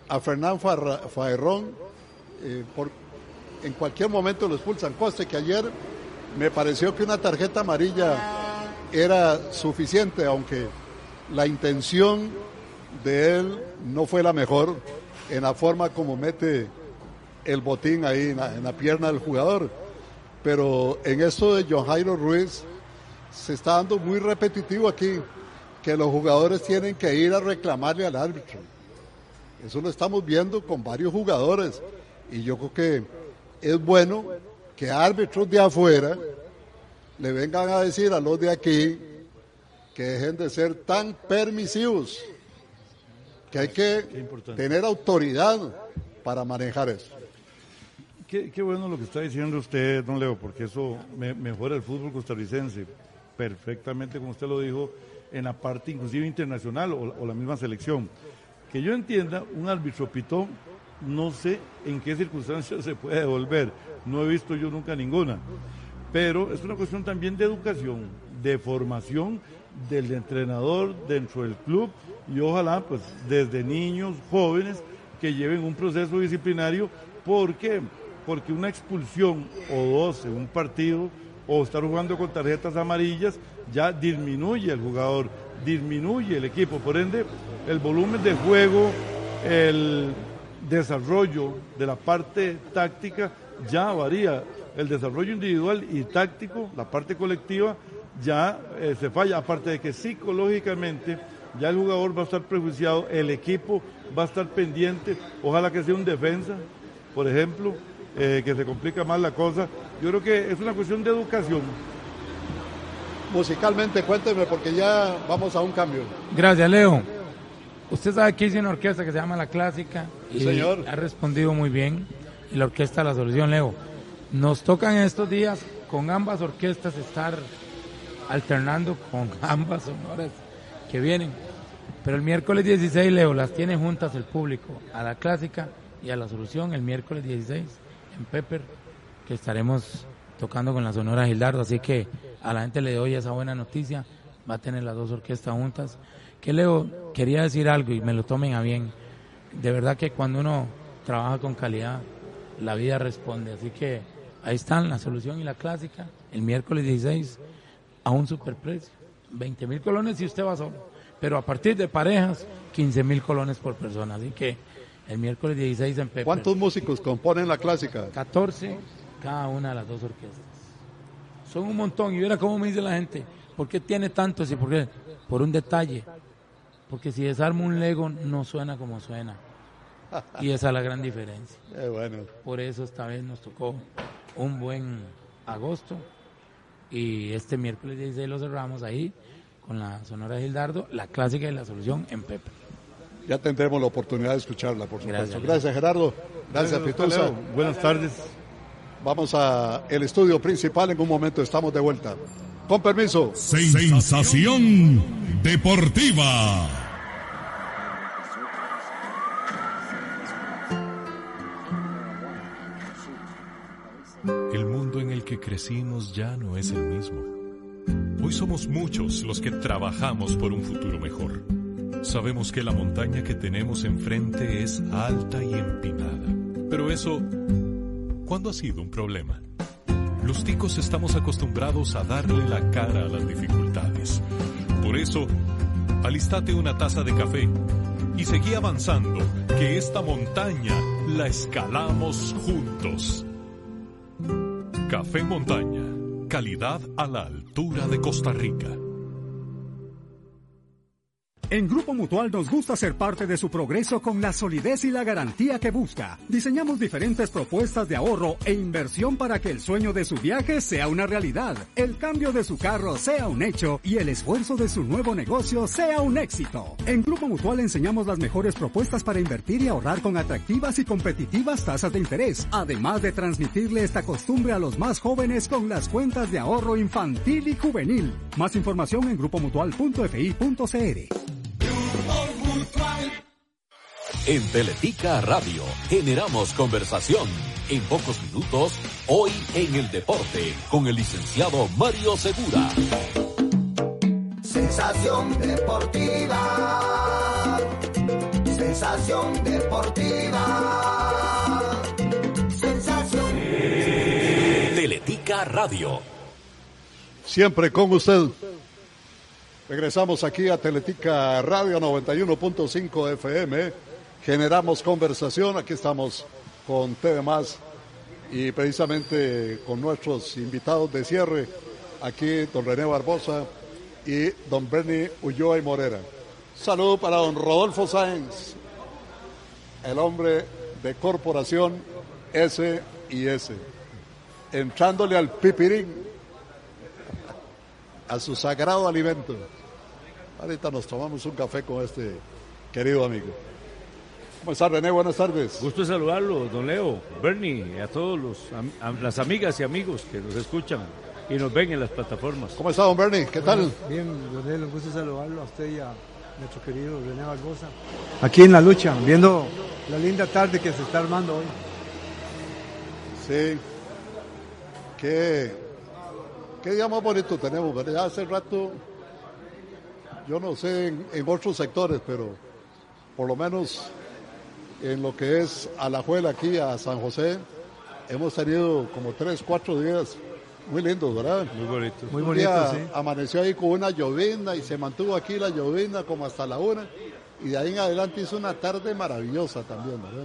a Fernán Faerrón, eh, por, en cualquier momento lo expulsan. Coste que ayer me pareció que una tarjeta amarilla era suficiente, aunque la intención de él no fue la mejor en la forma como mete el botín ahí en la, en la pierna del jugador. Pero en esto de John Jairo Ruiz se está dando muy repetitivo aquí, que los jugadores tienen que ir a reclamarle al árbitro. Eso lo estamos viendo con varios jugadores, y yo creo que es bueno que árbitros de afuera le vengan a decir a los de aquí que dejen de ser tan permisivos, que hay que tener autoridad para manejar eso. Qué, qué bueno lo que está diciendo usted, don Leo, porque eso me, mejora el fútbol costarricense perfectamente, como usted lo dijo, en la parte inclusive internacional o, o la misma selección. Que yo entienda, un árbitro pitó, no sé en qué circunstancias se puede devolver, no he visto yo nunca ninguna, pero es una cuestión también de educación, de formación del entrenador dentro del club, y ojalá pues desde niños, jóvenes, que lleven un proceso disciplinario. ¿Por qué? Porque una expulsión o dos en un partido, o estar jugando con tarjetas amarillas, ya disminuye el jugador, disminuye el equipo, por ende el volumen de juego, el desarrollo de la parte táctica ya varía, el desarrollo individual y táctico, la parte colectiva ya eh, se falla, aparte de que psicológicamente ya el jugador va a estar prejuiciado, el equipo va a estar pendiente, ojalá que sea un defensa, por ejemplo, eh, que se complica más la cosa. Yo creo que es una cuestión de educación. Musicalmente, cuénteme, porque ya vamos a un cambio. Gracias, Leo. Usted sabe que hice una orquesta que se llama La Clásica, y señor, ha respondido muy bien, y la orquesta La Solución, Leo. Nos tocan en estos días con ambas orquestas estar alternando con ambas sonoras que vienen, pero el miércoles dieciséis, Leo, las tiene juntas el público, a La Clásica y a La Solución, el miércoles dieciséis en Pepper, que estaremos tocando con la Sonora Gildardo, así que a la gente le doy esa buena noticia, va a tener las dos orquestas juntas. Que Leo, quería decir algo y me lo tomen a bien, de verdad que cuando uno trabaja con calidad, la vida responde, así que ahí están La Solución y La Clásica, el miércoles dieciséis, a un superprecio, veinte mil colones si usted va solo, pero a partir de parejas, quince mil colones por persona, así que el miércoles dieciséis en Pepper. ¿Cuántos músicos componen La Clásica? catorce, cada una de las dos orquestas. Son un montón, y mira cómo me dice la gente, ¿por qué tiene tantos? Y por qué, por un detalle, porque si desarma un Lego no suena como suena, y esa es la gran diferencia. Eh, bueno. Por eso esta vez nos tocó un buen agosto, y este miércoles dieciséis lo cerramos ahí con la Sonora Gildardo, La Clásica y La Solución en Pepe. Ya tendremos la oportunidad de escucharla, por supuesto. Gracias, Gracias Gerardo. Gracias, Gracias Pituza. Leo. Buenas tardes. Vamos a el estudio principal, en un momento estamos de vuelta. Con permiso. Sensación deportiva. El mundo en el que crecimos ya no es el mismo. Hoy somos muchos los que trabajamos por un futuro mejor. Sabemos que la montaña que tenemos enfrente es alta y empinada. Pero eso, ¿cuándo ha sido un problema? Los ticos estamos acostumbrados a darle la cara a las dificultades. Por eso, alistate una taza de café y seguí avanzando, que esta montaña la escalamos juntos. Café Montaña, calidad a la altura de Costa Rica. En Grupo Mutual nos gusta ser parte de su progreso con la solidez y la garantía que busca. Diseñamos diferentes propuestas de ahorro e inversión para que el sueño de su viaje sea una realidad, el cambio de su carro sea un hecho y el esfuerzo de su nuevo negocio sea un éxito. En Grupo Mutual enseñamos las mejores propuestas para invertir y ahorrar con atractivas y competitivas tasas de interés, además de transmitirle esta costumbre a los más jóvenes con las cuentas de ahorro infantil y juvenil. Más información en grupo mutual punto f i punto c r. En Teletica Radio generamos conversación. En pocos minutos, hoy en el deporte, con el licenciado Mario Segura. Sensación deportiva. sensación deportiva. Sensación. Teletica Radio. Siempre con usted. Regresamos aquí a Teletica Radio noventa y uno punto cinco F M. Generamos conversación. Aquí estamos con T V Más y precisamente con nuestros invitados de cierre. Aquí don René Barbosa y don Bernie Ulloa y Morera. Saludo para don Rodolfo Sáenz, el hombre de Corporación S y S. Entrándole al pipirín, a su sagrado alimento. Ahorita nos tomamos un café con este querido amigo. ¿Cómo está, René? Buenas tardes. Gusto de saludarlo, don Leo, Bernie, y a todos los a las amigas y amigos que nos escuchan y nos ven en las plataformas. ¿Cómo está, don Bernie? ¿Qué tal? Bien, don Leo, un gusto saludarlo a usted y a nuestro querido René Barbosa. Aquí en la lucha, viendo la linda tarde que se está armando hoy. Sí. Qué, qué día más bonito tenemos, ¿verdad? Ya hace rato, yo no sé en, en otros sectores, pero por lo menos en lo que es Alajuela aquí a San José, hemos tenido como tres, cuatro días muy lindos, ¿verdad? Muy bonito. Muy Un bonito, día sí. amaneció ahí con una llovizna y se mantuvo aquí la llovizna como hasta la una, y de ahí en adelante hizo una tarde maravillosa también, ¿verdad?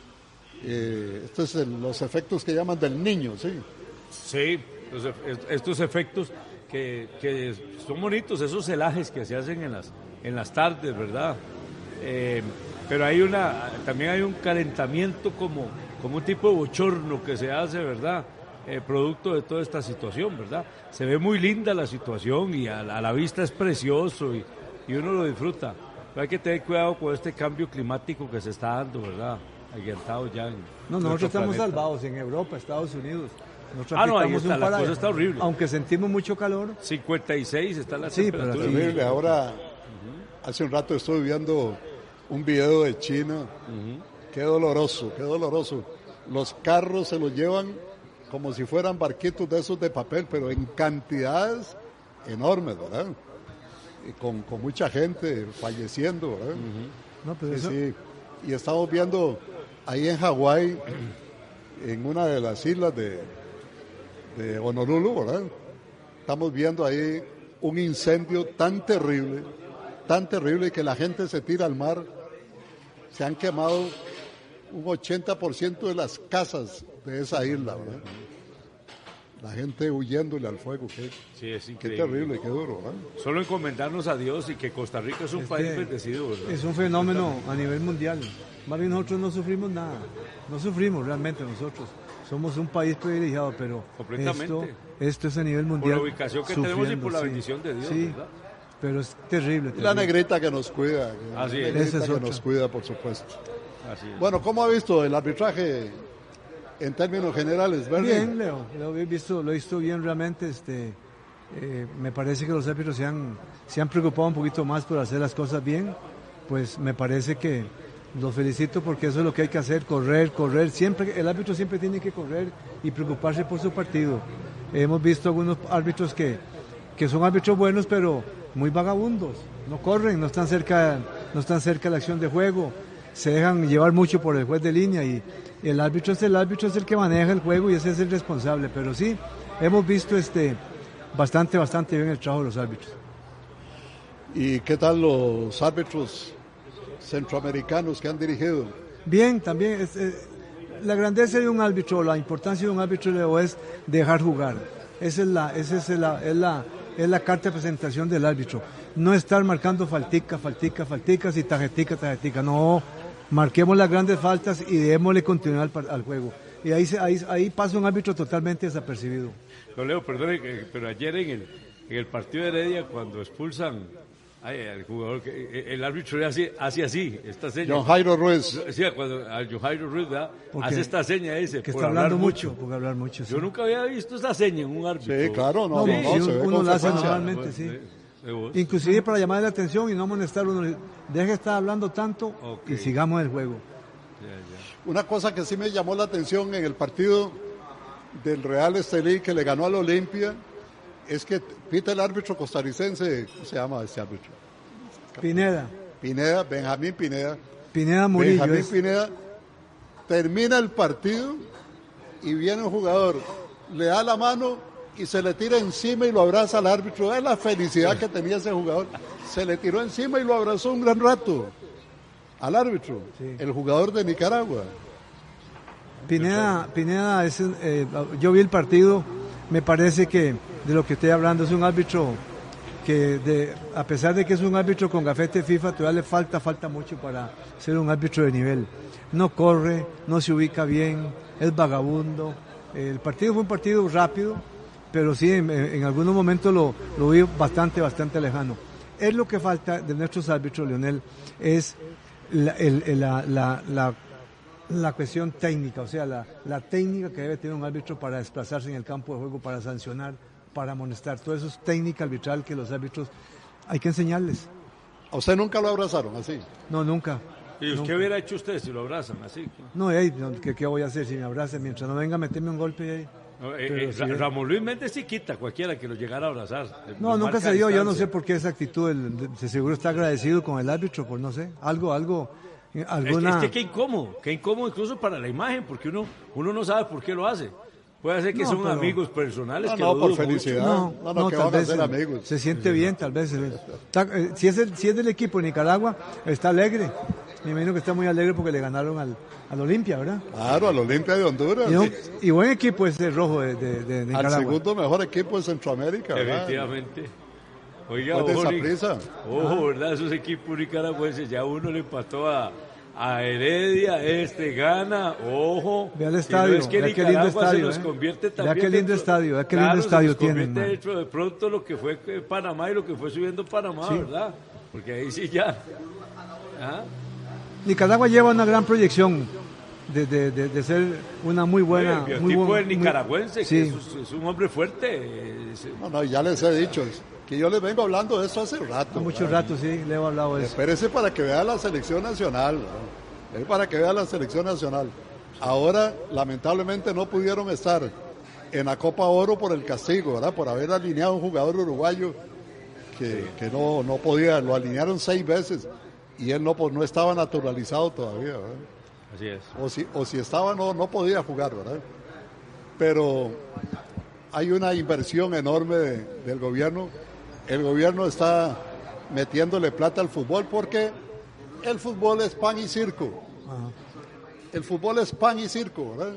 Eh, estos son los efectos que llaman del niño, ¿sí? Sí, los, estos efectos que, que son bonitos, esos celajes que se hacen en las, en las tardes, ¿verdad? Eh, pero hay una, también hay un calentamiento como, como un tipo de bochorno que se hace, ¿verdad? Eh, producto de toda esta situación, ¿verdad? Se ve muy linda la situación y a la, a la vista es precioso y, y uno lo disfruta. Pero hay que tener cuidado con este cambio climático que se está dando, ¿verdad? Aguantado ya en No, nosotros estamos planeta. salvados en Europa, Estados Unidos. Nosotros Ah, no, ahí aplicamos está, un la paraje. cosa está horrible. Aunque sentimos mucho calor. cincuenta y seis está la Sí, pero temperatura. aquí- Terrible. Ahora, hace un rato estuve viendo un video de China. Qué doloroso, qué doloroso. Los carros se los llevan como si fueran barquitos de esos de papel, pero en cantidades enormes, ¿verdad? Y con, con mucha gente falleciendo, ¿verdad? No, pero Sí, eso- sí. Y estamos viendo ahí en Hawái, en una de las islas de, de Honolulu, ¿verdad? Estamos viendo ahí un incendio tan terrible, tan terrible que la gente se tira al mar. Se han quemado un ochenta por ciento de las casas de esa isla, ¿verdad? La gente huyéndole al fuego. Qué, Sí, es qué increíble. terrible, qué duro, ¿verdad? Solo encomendarnos a Dios y que Costa Rica es un Este, país bendecido, ¿verdad? Es un fenómeno a nivel mundial. Más bien nosotros no sufrimos nada. No sufrimos realmente nosotros. Somos un país privilegiado, pero Completamente. esto, esto es a nivel Por mundial. la ubicación que tenemos y por la sí. bendición de Dios, Sí, ¿verdad? pero es terrible. Y la terrible. negrita que nos cuida. La Así es. negrita Esa es que otra. nos cuida, por supuesto. Así es. Bueno, ¿cómo ha visto el arbitraje en términos generales, Bernie? Bien, Leo, lo he visto, lo he visto bien realmente. Este, eh, me parece que los árbitros se han, se han preocupado un poquito más por hacer las cosas bien. Pues me parece que los felicito porque eso es lo que hay que hacer, correr, correr. Siempre, el árbitro siempre tiene que correr y preocuparse por su partido. Hemos visto algunos árbitros que, que son árbitros buenos, pero muy vagabundos. No corren, no están cerca, no están cerca de la acción de juego. Se dejan llevar mucho por el juez de línea y el árbitro es el árbitro es el que maneja el juego y ese es el responsable. Pero sí, hemos visto este bastante, bastante bien el trabajo de los árbitros. ¿Y qué tal los árbitros centroamericanos que han dirigido? Bien, también es, eh, la grandeza de un árbitro, la importancia de un árbitro Leo, es dejar jugar. Esa es la, esa es la, es la, es la carta de presentación del árbitro. No estar marcando faltica, faltica, falticas y tarjetica, tarjetica. No, marquemos las grandes faltas y démosle continuidad al, par- al juego. Y ahí, se- ahí, ahí pasa un árbitro totalmente desapercibido. Don Leo, perdone, que- pero ayer en el, en el partido de Heredia, cuando expulsan ay, al jugador, que, el árbitro hace, hace así, esta seña. John Jairo Ruiz. Sí, cuando a John Jairo Ruiz ¿verdad? Porque- hace esta seña, dice, Que por está hablar hablando mucho, porque hablar mucho. sí. Yo nunca había visto esa seña en un árbitro. Sí, claro, no, No, no, no, sí, se ve uno con la hace frecuencia. normalmente, sí. De- de vos. Inclusive para llamar la atención y no amonestar uno, deje de estar hablando tanto Ok. y sigamos el juego. Ya, ya. Una cosa que sí me llamó la atención en el partido del Real Estelí que le ganó al Olimpia es que pita el árbitro costarricense, ¿cómo se llama este árbitro? Pineda. Pineda, Benjamín Pineda, Pineda Murillo. Benjamín Es... Pineda termina el partido y viene un jugador, le da la mano y se le tira encima y lo abraza al árbitro. Es la felicidad que tenía ese jugador. Se le tiró encima y lo abrazó un gran rato al árbitro, sí. El jugador de Nicaragua. Pineda, Pineda es, eh, yo vi el partido, me parece que de lo que estoy hablando es un árbitro que de, a pesar de que es un árbitro con gafete FIFA, todavía le falta, falta mucho para ser un árbitro de nivel. No corre, no se ubica bien, es vagabundo. El partido fue un partido rápido, pero sí, en, en algunos momentos lo, lo vi bastante, bastante lejano. Es lo que falta de nuestros árbitros, Leonel, es la, el, la, la, la, la cuestión técnica, o sea, la, la técnica que debe tener un árbitro para desplazarse en el campo de juego, para sancionar, para amonestar. Todo eso es técnica arbitral que los árbitros hay que enseñarles. ¿A usted nunca lo abrazaron así? No, nunca. ¿Y usted nunca. hubiera hecho usted si lo abrazan así? No, hey, ¿qué, ¿qué voy a hacer si me abrazan? Mientras no venga a meterme un golpe ahí. No, eh, eh, si Ramón Luis Méndez sí quita cualquiera que lo llegara a abrazar. No, nunca se dio. Yo no sé por qué esa actitud. El, de seguro está agradecido con el árbitro, por no sé. Algo, algo. Alguna... Es, es que qué incómodo, qué incómodo incluso para la imagen, porque uno, uno no sabe por qué lo hace. Puede ser que no, son pero... amigos personales. No, que no, lo por felicidad. No, no, no, no tal vez amigos. Se siente bien, tal vez. Está, si, es el, si es del equipo de Nicaragua, está alegre. Me imagino que está muy alegre porque le ganaron al, al Olimpia, ¿verdad? Claro, al Olimpia de Honduras. Y, no, y buen equipo ese rojo de, de, de Nicaragua. Al segundo mejor equipo de Centroamérica, ¿verdad? Efectivamente. Oiga, ojo, ojo, prisa. ojo, ¿verdad? Esos equipos nicaragüenses, ya uno le empató a, a Heredia, este gana, ojo. Ve al estadio, si no es que vea qué lindo estadio. Se nos convierte eh. también Vea qué lindo dentro, estadio, vea qué claro, lindo estadio tienen. tienen. Dentro de pronto lo que fue Panamá y lo que fue subiendo Panamá, sí. ¿Verdad? Porque ahí sí ya. ¿Ah? Nicaragua lleva una gran proyección de, de, de, de ser una muy buena... Oye, el muy tipo buen, del nicaragüense, muy, que sí. es, es un hombre fuerte. Es, no, no, ya les he dicho que yo les vengo hablando de eso hace rato. Mucho rato, sí, le he hablado de eso. Espérese para que vea la selección nacional, ¿no? Para que vea la selección nacional. Ahora, lamentablemente, no pudieron estar en la Copa Oro por el castigo, ¿verdad? Por haber alineado a un jugador uruguayo que, sí. que no, no podía, lo alinearon seis veces. Y él no, pues, no estaba naturalizado todavía, ¿verdad? Así es. O si, o si estaba, no, no podía jugar, ¿verdad? Pero hay una inversión enorme de, del gobierno. El gobierno está metiéndole plata al fútbol porque el fútbol es pan y circo. Ajá. El fútbol es pan y circo, ¿verdad?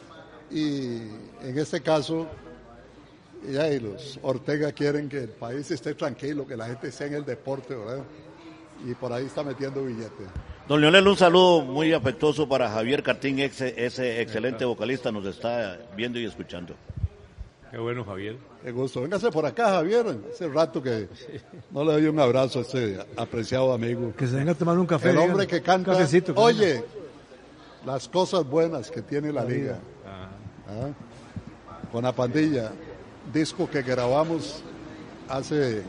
Y en este caso, ya y los Ortega quieren que el país esté tranquilo, que la gente esté en el deporte, ¿verdad? Y por ahí está metiendo billetes. Don Leonel, un saludo muy afectuoso para Javier Cartín, ex, ese excelente vocalista, nos está viendo y escuchando. Qué bueno, Javier. Qué gusto. Véngase por acá, Javier. Hace rato que no le doy un abrazo a ese apreciado amigo. Que se venga a tomar un café. El hombre que canta, cafecito, que oye, venga. Las cosas buenas que tiene la, la liga. Ah. ¿Ah? Con la pandilla, disco que grabamos hace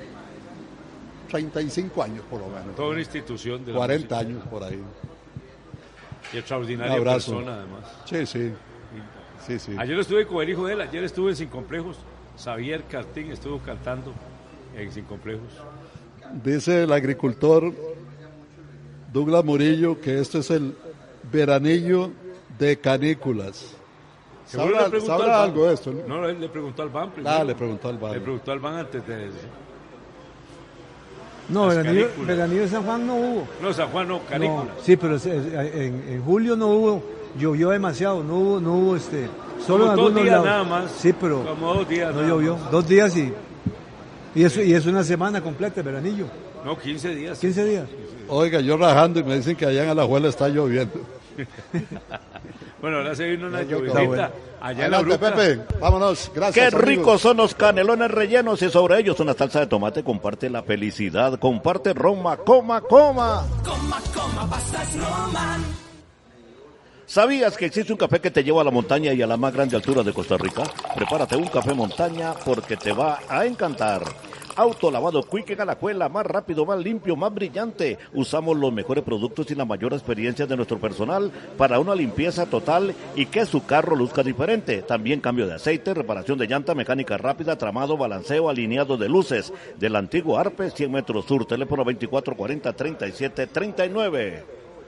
treinta y cinco años por lo menos. Toda una institución de la cuarenta música. años por ahí. Y extraordinaria persona además. Sí, sí. Sí, sí. Ayer estuve con el hijo de él, ayer estuve en Sin Complejos. Xavier Cartín estuvo cantando en Sin Complejos. Dice el agricultor Douglas Murillo que este es el veranillo de canículas. ¿Sabrá, le ¿sabrá algo de esto? No, no, él le preguntó al Ban primero. Ah, le preguntó al Ban. Le preguntó al Ban antes de... No, veranillo, veranillo de San Juan no hubo. No, San Juan no, canículas. No, sí, pero en, en julio no hubo, llovió demasiado, no hubo, no hubo este... Solo Como en dos días lados. nada más. Sí, pero Como dos días no nada llovió. Más. Dos días y... Y eso, y es una semana completa, el veranillo. No, quince días. quince días. Oiga, yo rajando y me dicen que allá en Alajuela está lloviendo. Bueno, ahora se vino una llovidita. Bueno. Allá Adelante, en la Pepe. Vámonos. Gracias. Qué ricos son los canelones rellenos y sobre ellos una salsa de tomate. Comparte la felicidad. Comparte Roma. Coma, coma. Coma, coma, pastas Roma. ¿Sabías que existe un café que te lleva a la montaña y a la más grande altura de Costa Rica? Prepárate un café montaña porque te va a encantar. Auto lavado Quick en Alajuela, más rápido, más limpio, más brillante. Usamos los mejores productos y la mayor experiencia de nuestro personal para una limpieza total y que su carro luzca diferente. También cambio de aceite, reparación de llanta, mecánica rápida, tramado, balanceo, alineado de luces. Del antiguo Arpe, cien metros sur, teléfono veinticuatro cuarenta, treinta y siete treinta y nueve.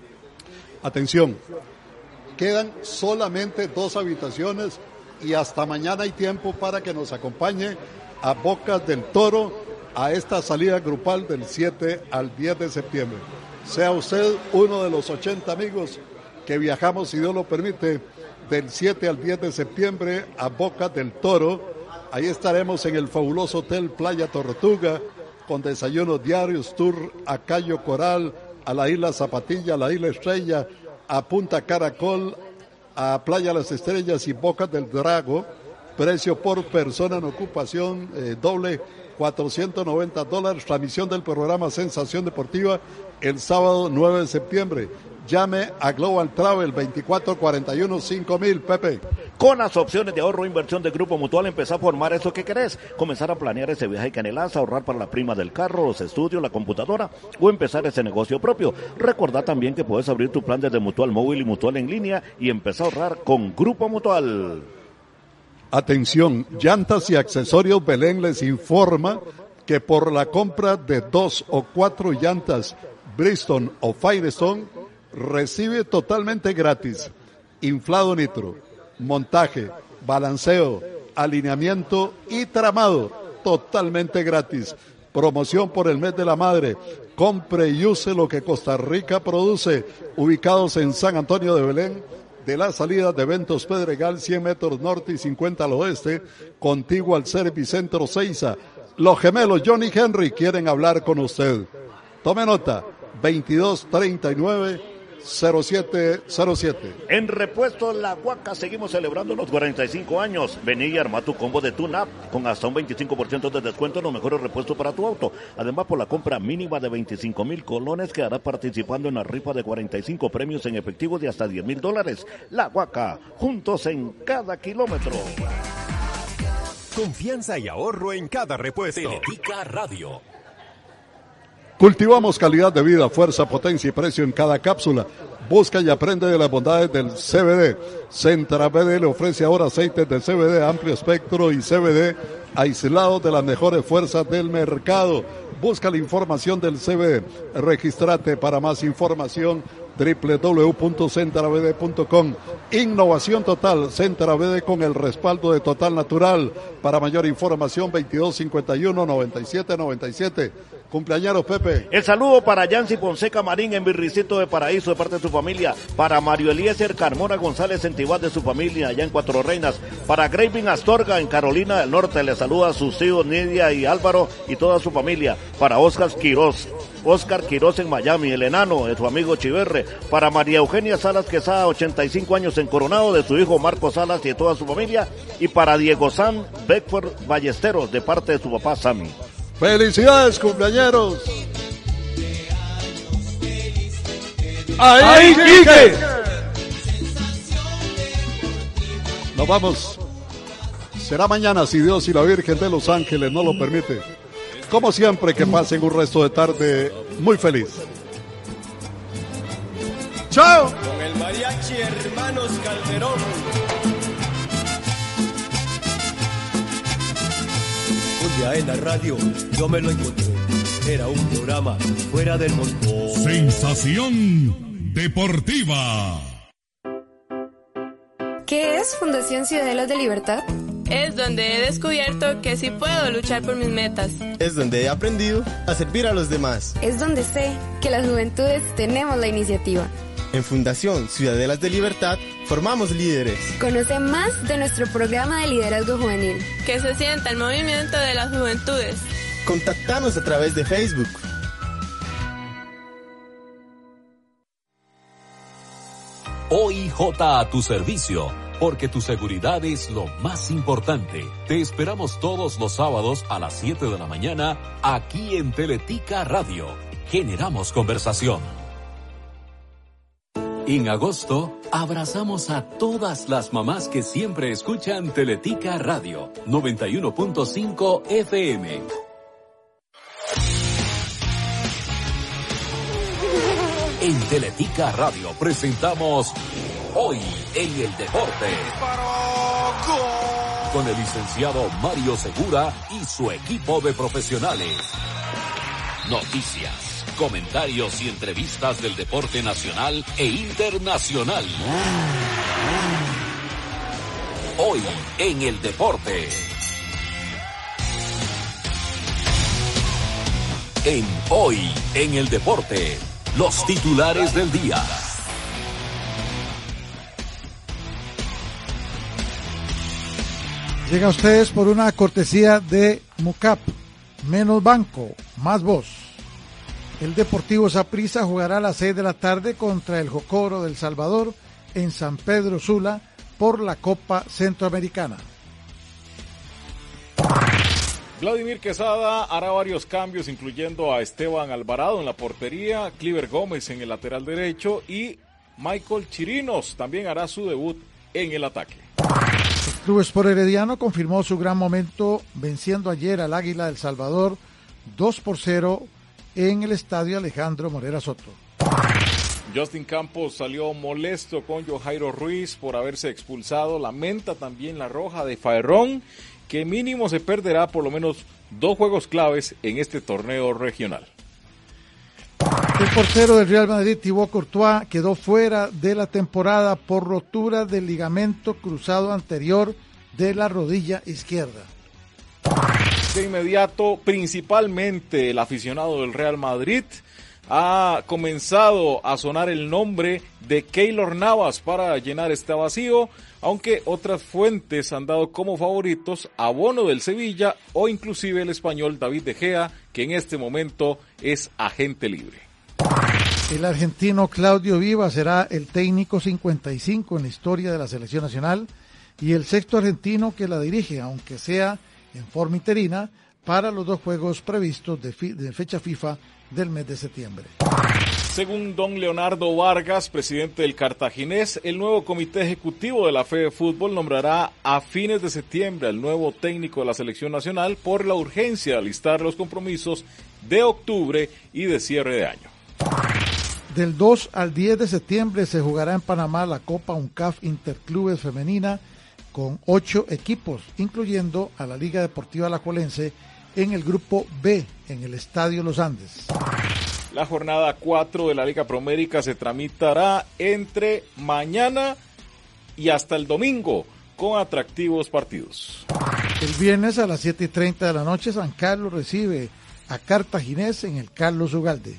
Atención, quedan solamente dos habitaciones y hasta mañana hay tiempo para que nos acompañe a Bocas del Toro a esta salida grupal del siete al diez de septiembre. Sea usted uno de los ochenta amigos que viajamos, si Dios lo permite, del siete al diez de septiembre a Bocas del Toro. Ahí estaremos en el fabuloso Hotel Playa Tortuga, con desayunos diarios, tour a Cayo Coral, a la Isla Zapatilla, a la Isla Estrella, a Punta Caracol, a Playa Las Estrellas y Bocas del Drago. Precio por persona en ocupación eh, doble, cuatrocientos noventa dólares. Transmisión del programa Sensación Deportiva el sábado nueve de septiembre. Llame a Global Travel veinticuatro cuarenta y uno cinco mil, Pepe. Con las opciones de ahorro e inversión de Grupo Mutual, empezá a formar eso que querés. Comenzar a planear ese viaje que anhelás, ahorrar para la prima del carro, los estudios, la computadora o empezar ese negocio propio. Recordá también que puedes abrir tu plan desde Mutual Móvil y Mutual en línea y empezar a ahorrar con Grupo Mutual. Atención, Llantas y Accesorios Belén les informa que por la compra de dos o cuatro llantas Bridgestone o Firestone recibe totalmente gratis inflado nitro, montaje, balanceo, alineamiento y tramado totalmente gratis. Promoción por el mes de la madre. Compre y use lo que Costa Rica produce. Ubicados en San Antonio de Belén, de la salida de Eventos Pedregal, cien metros norte y cincuenta al oeste, contiguo al Servicentro Seiza. Los gemelos Johnny Henry quieren hablar con usted. Tome nota, veintidós treinta y nueve cero siete cero siete. En Repuestos La Huaca seguimos celebrando los cuarenta y cinco años. Vení y arma tu combo de tune-up con hasta un veinticinco por ciento de descuento en los mejores repuestos para tu auto. Además, por la compra mínima de veinticinco mil colones quedarás participando en la rifa de cuarenta y cinco premios en efectivo de hasta diez mil dólares. La Huaca, juntos en cada kilómetro. Confianza y ahorro en cada repuesto. Teletica Radio. Cultivamos calidad de vida, fuerza, potencia y precio en cada cápsula. Busca y aprende de las bondades del C B D. Centra B D le ofrece ahora aceites de C B D amplio espectro y C B D aislados de las mejores fuerzas del mercado. Busca la información del C B D. Regístrate para más información doble u doble u doble u punto centra b d punto com. Innovación total, Centra B D con el respaldo de Total Natural. Para mayor información veintidós cincuenta y uno noventa y siete noventa y siete. Cumpleañeros, Pepe. El saludo para Yancy Ponceca Marín en Virricito de Paraíso de parte de su familia. Para Mario Eliezer Carmona González en Tibás de su familia allá en Cuatro Reinas. Para Graving Astorga en Carolina del Norte le saluda a sus hijos Nidia y Álvaro y toda su familia. Para Oscar Quiroz. Oscar Quiroz en Miami, el enano de su amigo Chiverre. Para María Eugenia Salas Quesada, ochenta y cinco años en Coronado, de su hijo Marco Salas y de toda su familia. Y para Diego San Beckford Ballesteros de parte de su papá Sammy. ¡Felicidades, cumpleañeros! ¡Ahí, Quique! Nos vamos. Será mañana si Dios y la Virgen de los Ángeles no lo permite. Como siempre, que pasen un resto de tarde muy feliz. ¡Chao! Con el mariachi Hermanos Calderón. Un día en la radio yo me lo encontré. Era un programa fuera del montón. Sensación Deportiva. ¿Qué es Fundación Ciudadelas de Libertad? Es donde he descubierto que sí puedo luchar por mis metas. Es donde he aprendido a servir a los demás. Es donde sé que las juventudes tenemos la iniciativa. En Fundación Ciudadelas de Libertad formamos líderes. Conoce más de nuestro programa de liderazgo juvenil. Que se sienta el movimiento de las juventudes. Contactanos a través de Facebook. O I J a tu servicio, porque tu seguridad es lo más importante. Te esperamos todos los sábados a las siete de la mañana aquí en Teletica Radio. Generamos conversación. En agosto, abrazamos a todas las mamás que siempre escuchan Teletica Radio noventa y uno punto cinco F M. En Teletica Radio presentamos Hoy en el Deporte. Con el licenciado Mario Segura y su equipo de profesionales. Noticias, comentarios y entrevistas del deporte nacional e internacional. Hoy en el deporte. En Hoy en el deporte, los titulares del día. Llega a ustedes por una cortesía de Mucap, menos banco, más voz. El Deportivo Saprissa jugará a las seis de la tarde contra el Jocoro del Salvador en San Pedro Sula por la Copa Centroamericana. Vladimir Quesada hará varios cambios, incluyendo a Esteban Alvarado en la portería, Cliver Gómez en el lateral derecho y Michael Chirinos también hará su debut en el ataque. El Club Sport Herediano confirmó su gran momento venciendo ayer al Águila del Salvador dos por cero en el estadio Alejandro Morera Soto. Justin Campos salió molesto con Johairo Ruiz por haberse expulsado. Lamenta también la roja de Faerrón, que mínimo se perderá por lo menos dos juegos claves en este torneo regional. El portero del Real Madrid, Thibaut Courtois, quedó fuera de la temporada por rotura del ligamento cruzado anterior de la rodilla izquierda. De inmediato, principalmente el aficionado del Real Madrid ha comenzado a sonar el nombre de Keylor Navas para llenar este vacío, aunque otras fuentes han dado como favoritos a Bono del Sevilla o inclusive el español David De Gea, que en este momento es agente libre. El argentino Claudio Viva será el técnico cincuenta y cinco en la historia de la selección nacional y el sexto argentino que la dirige, aunque sea en forma interina, para los dos juegos previstos de, fi- de fecha FIFA del mes de septiembre. Según don Leonardo Vargas, presidente del Cartaginés, el nuevo comité ejecutivo de la FedeFútbol nombrará a fines de septiembre al nuevo técnico de la selección nacional por la urgencia de alistar los compromisos de octubre y de cierre de año. Del dos al diez de septiembre se jugará en Panamá la Copa UNCAF Interclubes Femenina con ocho equipos, incluyendo a la Liga Deportiva Alajuelense en el grupo B en el Estadio Los Andes. La jornada cuatro de la Liga Promérica se tramitará entre mañana y hasta el domingo con atractivos partidos. El viernes a las siete y treinta de la noche San Carlos recibe a Cartaginés en el Carlos Ugalde.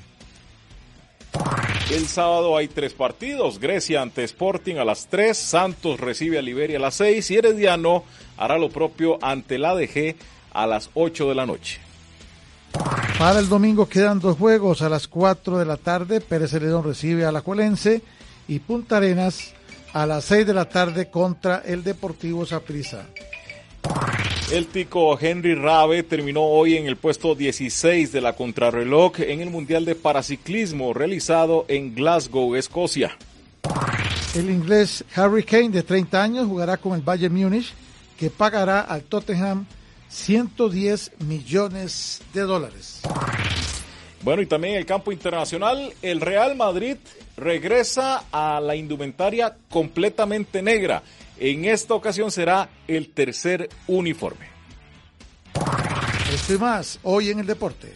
El sábado hay tres partidos, Grecia ante Sporting a las tres, Santos recibe a Liberia a las seis y Herediano hará lo propio ante la A D G a las ocho de la noche. Para el domingo quedan dos juegos a las cuatro de la tarde, Pérez Celedón recibe a Alajuelense y Punta Arenas a las seis de la tarde contra el Deportivo Saprissa. El tico Henry Rabe terminó hoy en el puesto dieciséis de la contrarreloj en el Mundial de Paraciclismo realizado en Glasgow, Escocia. El inglés Harry Kane, de treinta años, jugará con el Bayern Múnich, que pagará al Tottenham ciento diez millones de dólares. Bueno, y también en el campo internacional, el Real Madrid regresa a la indumentaria completamente negra. En esta ocasión será el tercer uniforme. Esto y más, hoy en el deporte.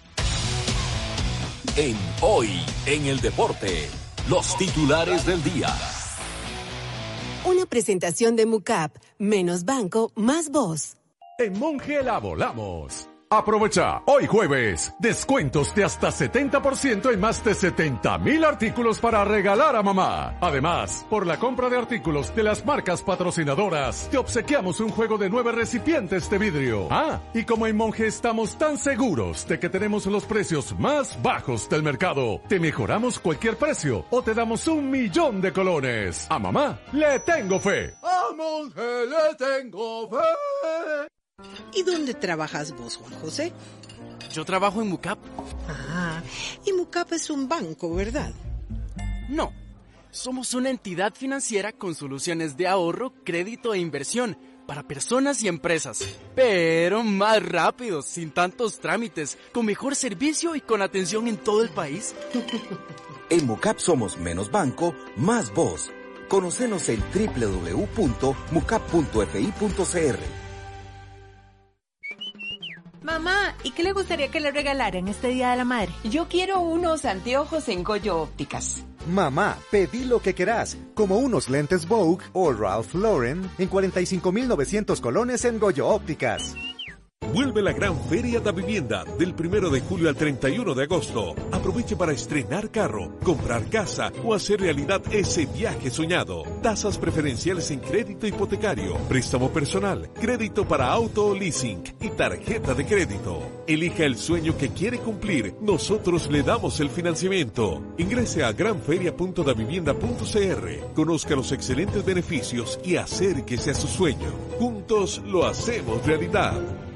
En Hoy en el deporte, los titulares del día. Una presentación de Mucap, menos banco, más voz. En Monge la volamos. Aprovecha hoy jueves descuentos de hasta setenta por ciento en más de setenta mil artículos para regalar a mamá. Además, por la compra de artículos de las marcas patrocinadoras, te obsequiamos un juego de nueve recipientes de vidrio. Ah, y como en Monge estamos tan seguros de que tenemos los precios más bajos del mercado, te mejoramos cualquier precio o te damos un millón de colones. A mamá le tengo fe. A Monge le tengo fe. ¿Y dónde trabajas vos, Juan José? Yo trabajo en Mucap. Ah, y Mucap es un banco, ¿verdad? No, somos una entidad financiera con soluciones de ahorro, crédito e inversión para personas y empresas. Pero más rápido, sin tantos trámites, con mejor servicio y con atención en todo el país. En Mucap somos menos banco, más voz. Conócenos en doble u doble u doble u punto mucap punto f i punto c r. Mamá, ¿y qué le gustaría que le regalaran este Día de la Madre? Yo quiero unos anteojos en Goyo Ópticas. Mamá, pedí lo que querás, como unos lentes Vogue o Ralph Lauren en cuarenta y cinco mil novecientos colones en Goyo Ópticas. Vuelve la Gran Feria da Vivienda del primero de julio al treinta y uno de agosto. Aproveche para estrenar carro, comprar casa o hacer realidad ese viaje soñado. Tasas preferenciales en crédito hipotecario, préstamo personal, crédito para auto o leasing y tarjeta de crédito. Elija el sueño que quiere cumplir. Nosotros le damos el financiamiento. Ingrese a gran feria punto davivienda punto c r. Conozca los excelentes beneficios y acérquese a su sueño. Juntos lo hacemos realidad.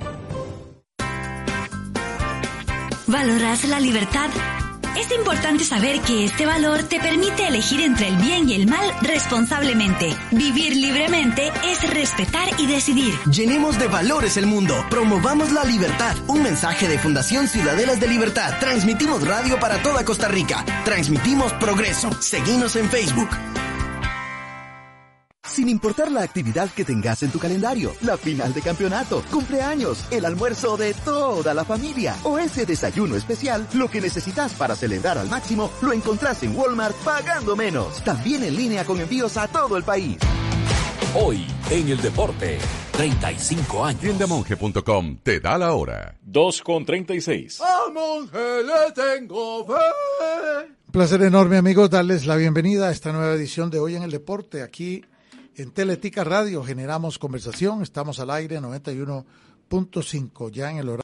¿Valoras la libertad? Es importante saber que este valor te permite elegir entre el bien y el mal responsablemente. Vivir libremente es respetar y decidir. Llenemos de valores el mundo. Promovamos la libertad. Un mensaje de Fundación Ciudadelas de Libertad. Transmitimos radio para toda Costa Rica. Transmitimos progreso. Seguinos en Facebook. Sin importar la actividad que tengas en tu calendario, la final de campeonato, cumpleaños, el almuerzo de toda la familia o ese desayuno especial, lo que necesitas para celebrar al máximo lo encontrás en Walmart pagando menos. También en línea con envíos a todo el país. Hoy en el deporte, treinta y cinco años. tiendamonje punto com te da la hora. dos con treinta y seis. A Monje le tengo fe. Un placer enorme, amigos, darles la bienvenida a esta nueva edición de Hoy en el Deporte. Aquí en Teletica Radio generamos conversación, estamos al aire noventa y uno punto cinco ya en el horario.